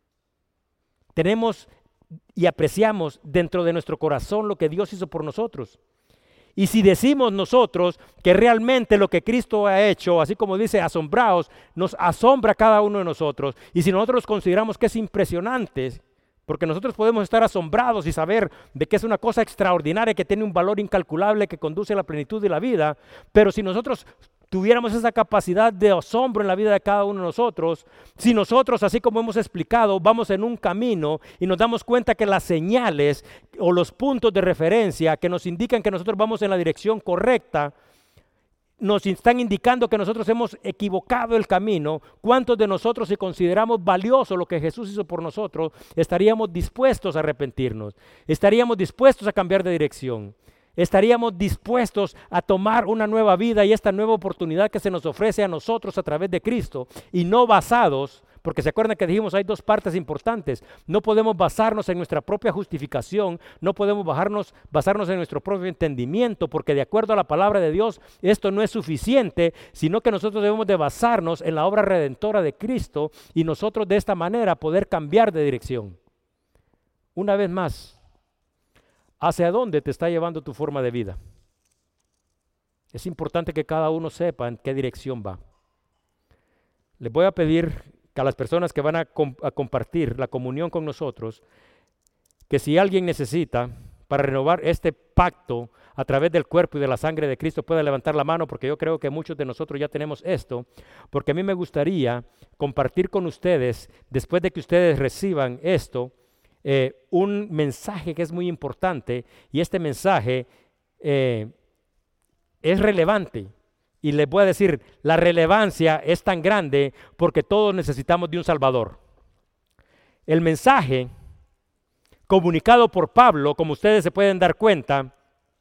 tenemos y apreciamos dentro de nuestro corazón lo que Dios hizo por nosotros? Y si decimos nosotros que realmente lo que Cristo ha hecho, así como dice asombraos, nos asombra a cada uno de nosotros, y si nosotros consideramos que es impresionante, porque nosotros podemos estar asombrados y saber de que es una cosa extraordinaria, que tiene un valor incalculable, que conduce a la plenitud de la vida, pero si nosotros tuviéramos esa capacidad de asombro en la vida de cada uno de nosotros, si nosotros, así como hemos explicado, vamos en un camino y nos damos cuenta que las señales o los puntos de referencia que nos indican que nosotros vamos en la dirección correcta, nos están indicando que nosotros hemos equivocado el camino, ¿cuántos de nosotros, si consideramos valioso lo que Jesús hizo por nosotros, estaríamos dispuestos a arrepentirnos? Estaríamos dispuestos a cambiar de dirección. Estaríamos dispuestos a tomar una nueva vida y esta nueva oportunidad que se nos ofrece a nosotros a través de Cristo, y no basados, porque se acuerdan que dijimos hay dos partes importantes, no podemos basarnos en nuestra propia justificación, no podemos basarnos, basarnos en nuestro propio entendimiento, porque de acuerdo a la palabra de Dios esto no es suficiente, sino que nosotros debemos de basarnos en la obra redentora de Cristo y nosotros de esta manera poder cambiar de dirección. Una vez más, ¿hacia dónde te está llevando tu forma de vida? Es importante que cada uno sepa en qué dirección va. Les voy a pedir que a las personas que van a, comp- a compartir la comunión con nosotros, que si alguien necesita para renovar este pacto a través del cuerpo y de la sangre de Cristo, pueda levantar la mano, porque yo creo que muchos de nosotros ya tenemos esto, porque a mí me gustaría compartir con ustedes, después de que ustedes reciban esto, eh, un mensaje que es muy importante, y este mensaje eh, es relevante. Y les voy a decir, la relevancia es tan grande porque todos necesitamos de un Salvador. El mensaje comunicado por Pablo, como ustedes se pueden dar cuenta,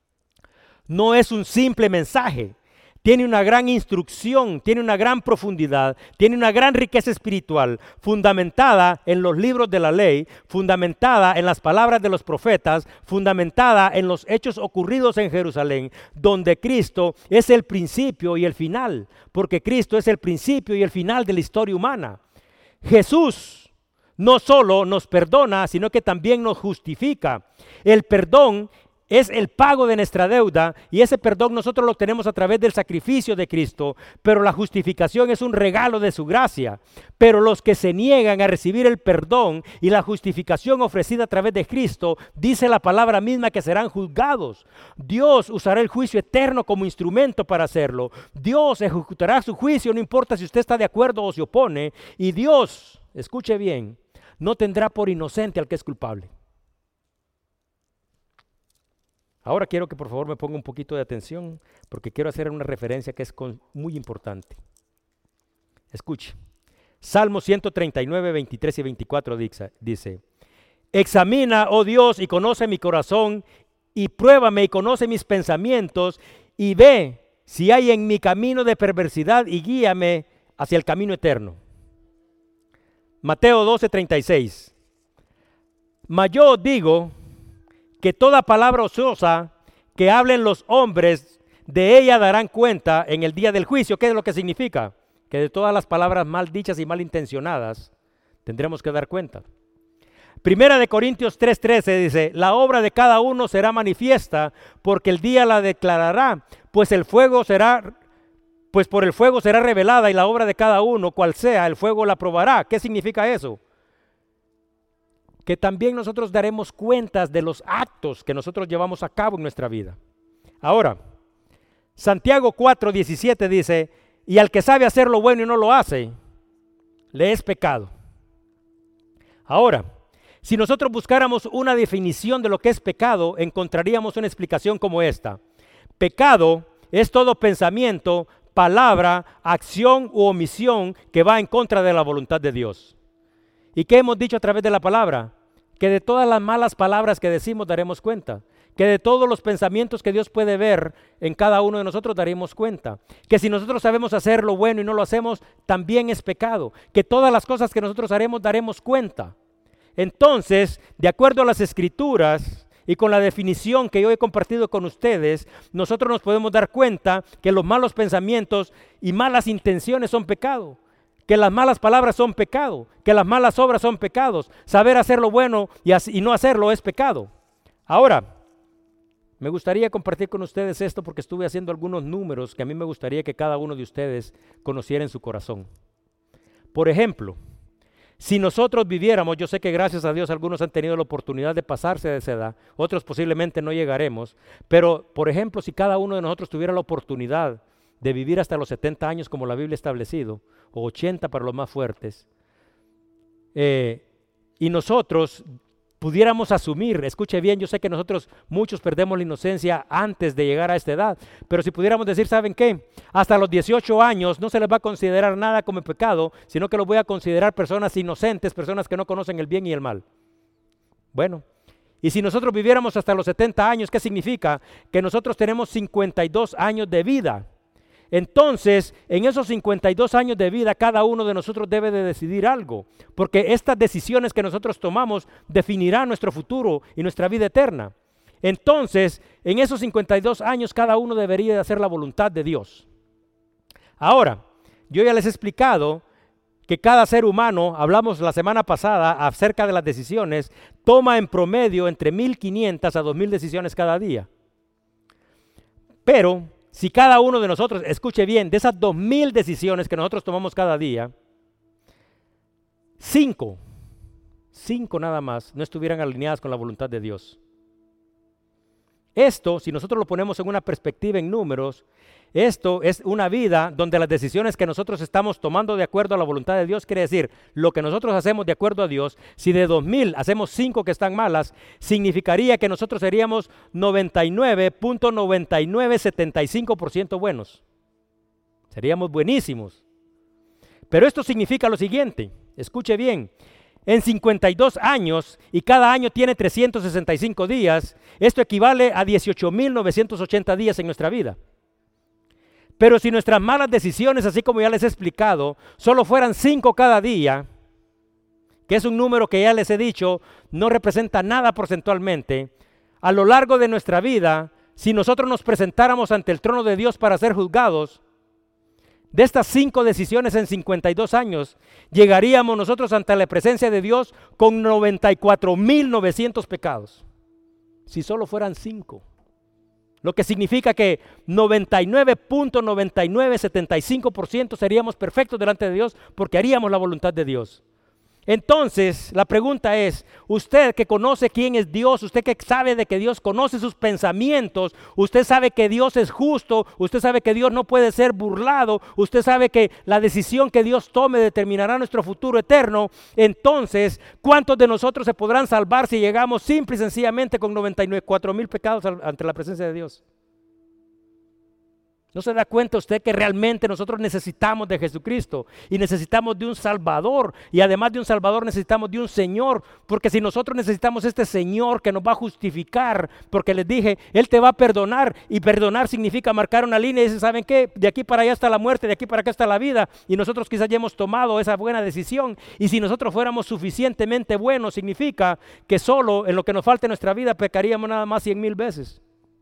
no es un simple mensaje. Tiene una gran instrucción, tiene una gran profundidad, tiene una gran riqueza espiritual, fundamentada en los libros de la ley, fundamentada en las palabras de los profetas, fundamentada en los hechos ocurridos en Jerusalén, donde Cristo es el principio y el final, porque Cristo es el principio y el final de la historia humana. Jesús no solo nos perdona, sino que también nos justifica. El perdón es el pago de nuestra deuda, y ese perdón nosotros lo obtenemos a través del sacrificio de Cristo, pero la justificación es un regalo de su gracia. Pero los que se niegan a recibir el perdón y la justificación ofrecida a través de Cristo, dice la palabra misma que serán juzgados. Dios usará el juicio eterno como instrumento para hacerlo. Dios ejecutará su juicio, no importa si usted está de acuerdo o se opone, y Dios, escuche bien, no tendrá por inocente al que es culpable. Ahora quiero que por favor me ponga un poquito de atención, porque quiero hacer una referencia que es con, muy importante. Escuche, Salmo ciento treinta y nueve, veintitrés y veinticuatro dice, dice, examina, oh Dios, y conoce mi corazón, y pruébame y conoce mis pensamientos, y ve si hay en mi camino de perversidad, y guíame hacia el camino eterno. Mateo doce, treinta y seis, mas yo os digo que toda palabra ociosa que hablen los hombres, de ella darán cuenta en el día del juicio. ¿Qué es lo que significa? Que de todas las palabras mal dichas y mal intencionadas tendremos que dar cuenta. Primera de Corintios tres, trece dice, la obra de cada uno será manifiesta, porque el día la declarará, pues el fuego será, pues por el fuego será revelada, y la obra de cada uno, cual sea, el fuego la probará. ¿Qué significa eso? Que también nosotros daremos cuentas de los actos que nosotros llevamos a cabo en nuestra vida. Ahora, Santiago cuatro, diecisiete dice, y al que sabe hacer lo bueno y no lo hace, le es pecado. Ahora, si nosotros buscáramos una definición de lo que es pecado, encontraríamos una explicación como esta. Pecado es todo pensamiento, palabra, acción u omisión que va en contra de la voluntad de Dios. ¿Y qué hemos dicho a través de la palabra? Que de todas las malas palabras que decimos daremos cuenta, que de todos los pensamientos que Dios puede ver en cada uno de nosotros daremos cuenta, que si nosotros sabemos hacer lo bueno y no lo hacemos, también es pecado, que todas las cosas que nosotros haremos daremos cuenta. Entonces, de acuerdo a las Escrituras y con la definición que yo he compartido con ustedes, nosotros nos podemos dar cuenta que los malos pensamientos y malas intenciones son pecado, que las malas palabras son pecado, que las malas obras son pecados, saber hacer lo bueno y, y no hacerlo es pecado. Ahora, me gustaría compartir con ustedes esto porque estuve haciendo algunos números que a mí me gustaría que cada uno de ustedes conociera en su corazón. Por ejemplo, si nosotros viviéramos, yo sé que gracias a Dios algunos han tenido la oportunidad de pasarse de esa edad, otros posiblemente no llegaremos, pero por ejemplo, si cada uno de nosotros tuviera la oportunidad de vivir hasta los setenta años como la Biblia ha establecido, o ochenta para los más fuertes, eh, y nosotros pudiéramos asumir, escuche bien, yo sé que nosotros muchos perdemos la inocencia antes de llegar a esta edad, pero si pudiéramos decir, ¿saben qué? Hasta los dieciocho años no se les va a considerar nada como pecado, sino que los voy a considerar personas inocentes, personas que no conocen el bien y el mal. Bueno, y si nosotros viviéramos hasta los setenta años, ¿qué significa? Que nosotros tenemos cincuenta y dos años de vida. Entonces, en esos cincuenta y dos años de vida, cada uno de nosotros debe de decidir algo, porque estas decisiones que nosotros tomamos definirán nuestro futuro y nuestra vida eterna. Entonces, en esos cincuenta y dos años, cada uno debería de hacer la voluntad de Dios. Ahora, yo ya les he explicado que cada ser humano, hablamos la semana pasada acerca de las decisiones, toma en promedio entre mil quinientas a dos mil decisiones cada día. Pero si cada uno de nosotros, escuche bien, de esas dos mil decisiones que nosotros tomamos cada día, cinco, cinco nada más, no estuvieran alineadas con la voluntad de Dios. Esto, si nosotros lo ponemos en una perspectiva en números, esto es una vida donde las decisiones que nosotros estamos tomando de acuerdo a la voluntad de Dios, quiere decir, lo que nosotros hacemos de acuerdo a Dios, si de dos mil hacemos cinco que están malas, significaría que nosotros seríamos noventa y nueve punto noventa y nueve setenta y cinco por ciento buenos. Seríamos buenísimos. Pero esto significa lo siguiente, escuche bien. En cincuenta y dos años, y cada año tiene trescientos sesenta y cinco días, esto equivale a dieciocho mil novecientos ochenta días en nuestra vida. Pero si nuestras malas decisiones, así como ya les he explicado, solo fueran cinco cada día, que es un número que ya les he dicho, no representa nada porcentualmente, a lo largo de nuestra vida, si nosotros nos presentáramos ante el trono de Dios para ser juzgados, de estas cinco decisiones en cincuenta y dos años, llegaríamos nosotros ante la presencia de Dios con noventa y cuatro mil novecientos pecados. Si solo fueran cinco. Lo que significa que noventa y nueve punto noventa y nueve setenta y cinco por ciento seríamos perfectos delante de Dios porque haríamos la voluntad de Dios. Entonces, la pregunta es, usted que conoce quién es Dios, usted que sabe de que Dios conoce sus pensamientos, usted sabe que Dios es justo, usted sabe que Dios no puede ser burlado, usted sabe que la decisión que Dios tome determinará nuestro futuro eterno, entonces, ¿cuántos de nosotros se podrán salvar si llegamos simple y sencillamente con noventa y cuatro mil pecados ante la presencia de Dios? ¿No se da cuenta usted que realmente nosotros necesitamos de Jesucristo y necesitamos de un Salvador? Y además de un Salvador necesitamos de un Señor, porque si nosotros necesitamos este Señor que nos va a justificar, porque les dije, Él te va a perdonar, y perdonar significa marcar una línea y dice, ¿saben qué? De aquí para allá está la muerte, de aquí para acá está la vida, y nosotros quizás ya hemos tomado esa buena decisión, y si nosotros fuéramos suficientemente buenos, significa que solo en lo que nos falta en nuestra vida pecaríamos nada más cien mil veces.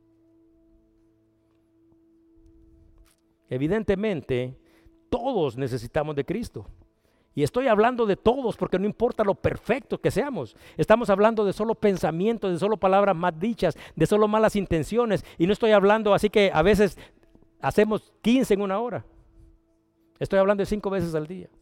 Evidentemente, todos necesitamos de Cristo. Y estoy hablando de todos porque no importa lo perfectos que seamos. Estamos hablando de solo pensamientos, de solo palabras mal dichas, de solo malas intenciones. Y no estoy hablando así que a veces hacemos quince en una hora. Estoy hablando de cinco veces al día.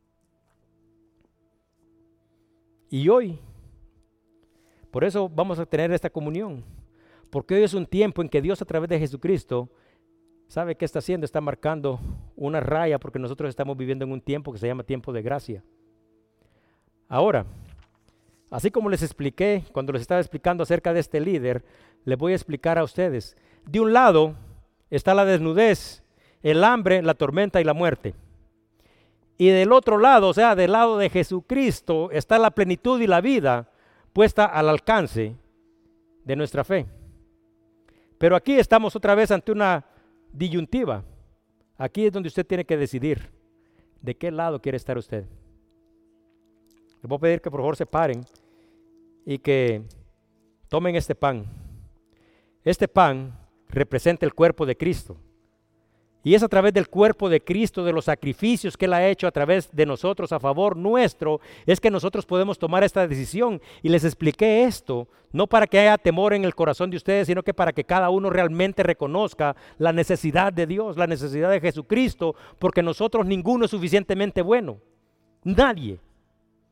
Y hoy, por eso vamos a tener esta comunión. Porque hoy es un tiempo en que Dios a través de Jesucristo, ¿sabe qué está haciendo? Está marcando una raya porque nosotros estamos viviendo en un tiempo que se llama tiempo de gracia. Ahora, así como les expliqué cuando les estaba explicando acerca de este líder, les voy a explicar a ustedes. De un lado está la desnudez, el hambre, la tormenta y la muerte. Y del otro lado, o sea, del lado de Jesucristo, está la plenitud y la vida puesta al alcance de nuestra fe. Pero aquí estamos otra vez ante una disyuntiva. Aquí es donde usted tiene que decidir de qué lado quiere estar usted. Les voy a pedir que por favor se paren y que tomen este pan. Este pan representa el cuerpo de Cristo. Y es a través del cuerpo de Cristo, de los sacrificios que Él ha hecho a través de nosotros a favor nuestro, es que nosotros podemos tomar esta decisión. Y les expliqué esto, no para que haya temor en el corazón de ustedes, sino que para que cada uno realmente reconozca la necesidad de Dios, la necesidad de Jesucristo, porque nosotros ninguno es suficientemente bueno. Nadie.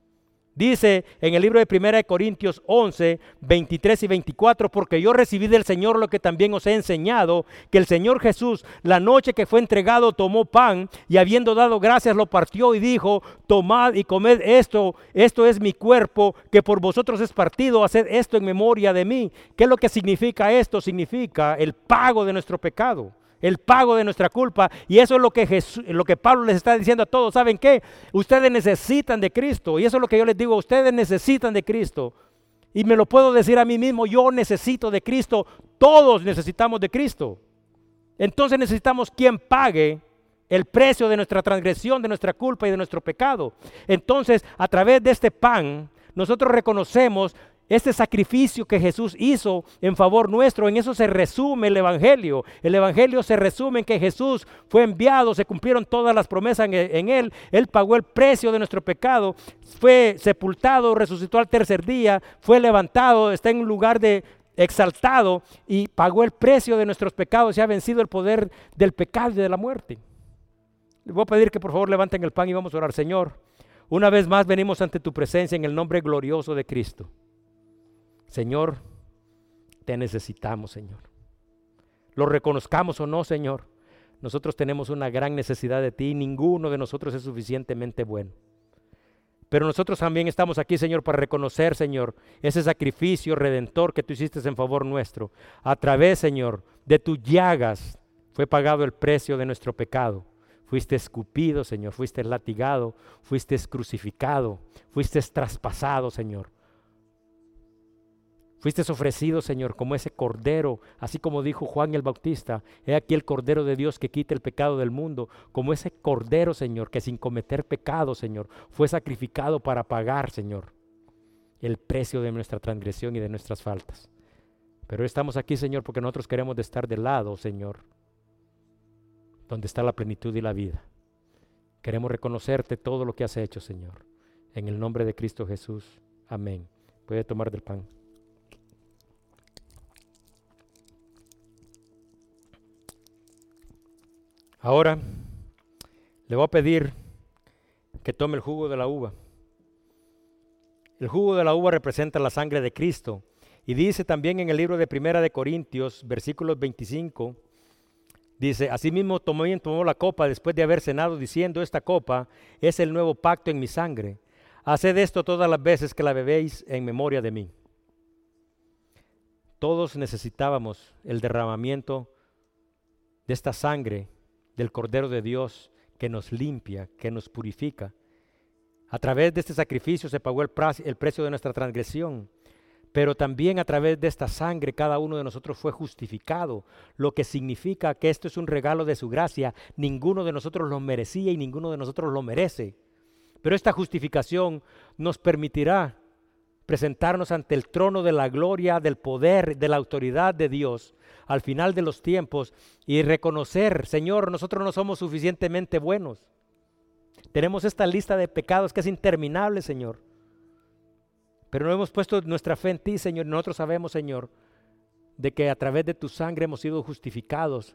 Dice en el libro de Primera de Corintios once, veintitrés y veinticuatro, porque yo recibí del Señor lo que también os he enseñado, que el Señor Jesús, la noche que fue entregado, tomó pan y habiendo dado gracias lo partió y dijo, tomad y comed esto, esto es mi cuerpo que por vosotros es partido, haced esto en memoria de mí. ¿Qué es lo que significa esto? Significa el pago de nuestro pecado, el pago de nuestra culpa, y eso es lo que Jesús, lo que Pablo les está diciendo a todos. ¿Saben qué? Ustedes necesitan de Cristo, y eso es lo que yo les digo, ustedes necesitan de Cristo, y me lo puedo decir a mí mismo, yo necesito de Cristo, todos necesitamos de Cristo. Entonces necesitamos quien pague el precio de nuestra transgresión, de nuestra culpa y de nuestro pecado. Entonces, a través de este pan, nosotros reconocemos este sacrificio que Jesús hizo en favor nuestro. En eso se resume el Evangelio. El Evangelio se resume en que Jesús fue enviado, se cumplieron todas las promesas en, en Él. Él pagó el precio de nuestro pecado, fue sepultado, resucitó al tercer día, fue levantado, está en un lugar de exaltado y pagó el precio de nuestros pecados y ha vencido el poder del pecado y de la muerte. Les voy a pedir que por favor levanten el pan y vamos a orar. Señor, una vez más venimos ante tu presencia en el nombre glorioso de Cristo. Señor, te necesitamos, Señor. Lo reconozcamos o no, Señor, nosotros tenemos una gran necesidad de ti. Ninguno de nosotros es suficientemente bueno. Pero nosotros también estamos aquí, Señor, para reconocer, Señor, ese sacrificio redentor que tú hiciste en favor nuestro. A través, Señor, de tus llagas fue pagado el precio de nuestro pecado. Fuiste escupido, Señor, fuiste latigado, fuiste crucificado, fuiste traspasado, Señor. Fuiste ofrecido, Señor, como ese cordero, así como dijo Juan el Bautista, he aquí el cordero de Dios que quita el pecado del mundo, como ese cordero, Señor, que sin cometer pecado, Señor, fue sacrificado para pagar, Señor, el precio de nuestra transgresión y de nuestras faltas. Pero hoy estamos aquí, Señor, porque nosotros queremos de estar del lado, Señor, donde está la plenitud y la vida. Queremos reconocerte todo lo que has hecho, Señor, en el nombre de Cristo Jesús. Amén. Puede tomar del pan. Ahora le voy a pedir que tome el jugo de la uva. El jugo de la uva representa la sangre de Cristo. Y dice también en el libro de Primera de Corintios, versículos veinticinco, dice, asimismo tomó, tomó la copa después de haber cenado, diciendo, esta copa es el nuevo pacto en mi sangre. Haced esto todas las veces que la bebéis en memoria de mí. Todos necesitábamos el derramamiento de esta sangre del Cordero de Dios que nos limpia, que nos purifica. A través de este sacrificio se pagó el, pra- el precio de nuestra transgresión, pero también a través de esta sangre cada uno de nosotros fue justificado, lo que significa que esto es un regalo de su gracia. Ninguno de nosotros lo merecía y ninguno de nosotros lo merece, pero esta justificación nos permitirá presentarnos ante el trono de la gloria, del poder, de la autoridad de Dios al final de los tiempos y reconocer, Señor, nosotros no somos suficientemente buenos. Tenemos esta lista de pecados que es interminable, Señor. Pero no hemos puesto nuestra fe en ti, Señor. Nosotros sabemos, Señor, de que a través de tu sangre hemos sido justificados.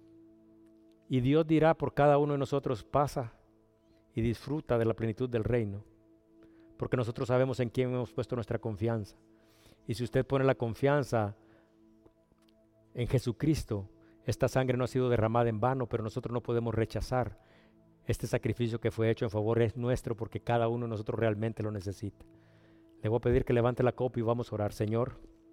Y Dios dirá por cada uno de nosotros, pasa y disfruta de la plenitud del reino. Porque nosotros sabemos en quién hemos puesto nuestra confianza. Y si usted pone la confianza en Jesucristo, esta sangre no ha sido derramada en vano, pero nosotros no podemos rechazar este sacrificio que fue hecho en favor es nuestro, porque cada uno de nosotros realmente lo necesita. Le voy a pedir que levante la copa y vamos a orar. Señor,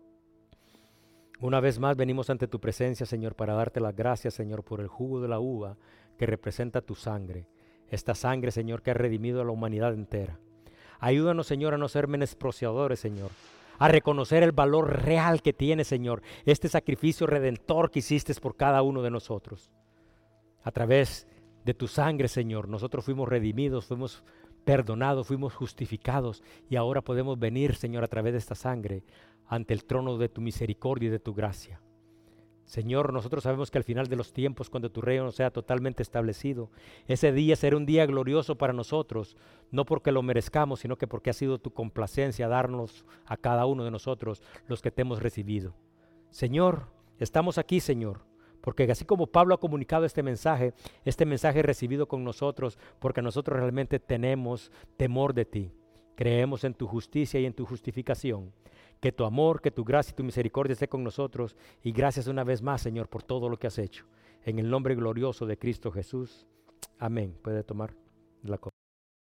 una vez más venimos ante tu presencia, Señor, para darte las gracias, Señor, por el jugo de la uva que representa tu sangre. Esta sangre, Señor, que ha redimido a la humanidad entera. Ayúdanos, Señor, a no ser menospreciadores, Señor, a reconocer el valor real que tiene, Señor, este sacrificio redentor que hiciste por cada uno de nosotros. A través de tu sangre, Señor, nosotros fuimos redimidos, fuimos perdonados, fuimos justificados y ahora podemos venir, Señor, a través de esta sangre ante el trono de tu misericordia y de tu gracia. Señor, nosotros sabemos que al final de los tiempos, cuando tu reino sea totalmente establecido, ese día será un día glorioso para nosotros, no porque lo merezcamos, sino que porque ha sido tu complacencia darnos a cada uno de nosotros los que te hemos recibido. Señor, estamos aquí, Señor, porque así como Pablo ha comunicado este mensaje, este mensaje es recibido con nosotros, porque nosotros realmente tenemos temor de ti. Creemos en tu justicia y en tu justificación. Que tu amor, que tu gracia y tu misericordia esté con nosotros. Y gracias una vez más, Señor, por todo lo que has hecho. En el nombre glorioso de Cristo Jesús. Amén. Puede tomar la copa.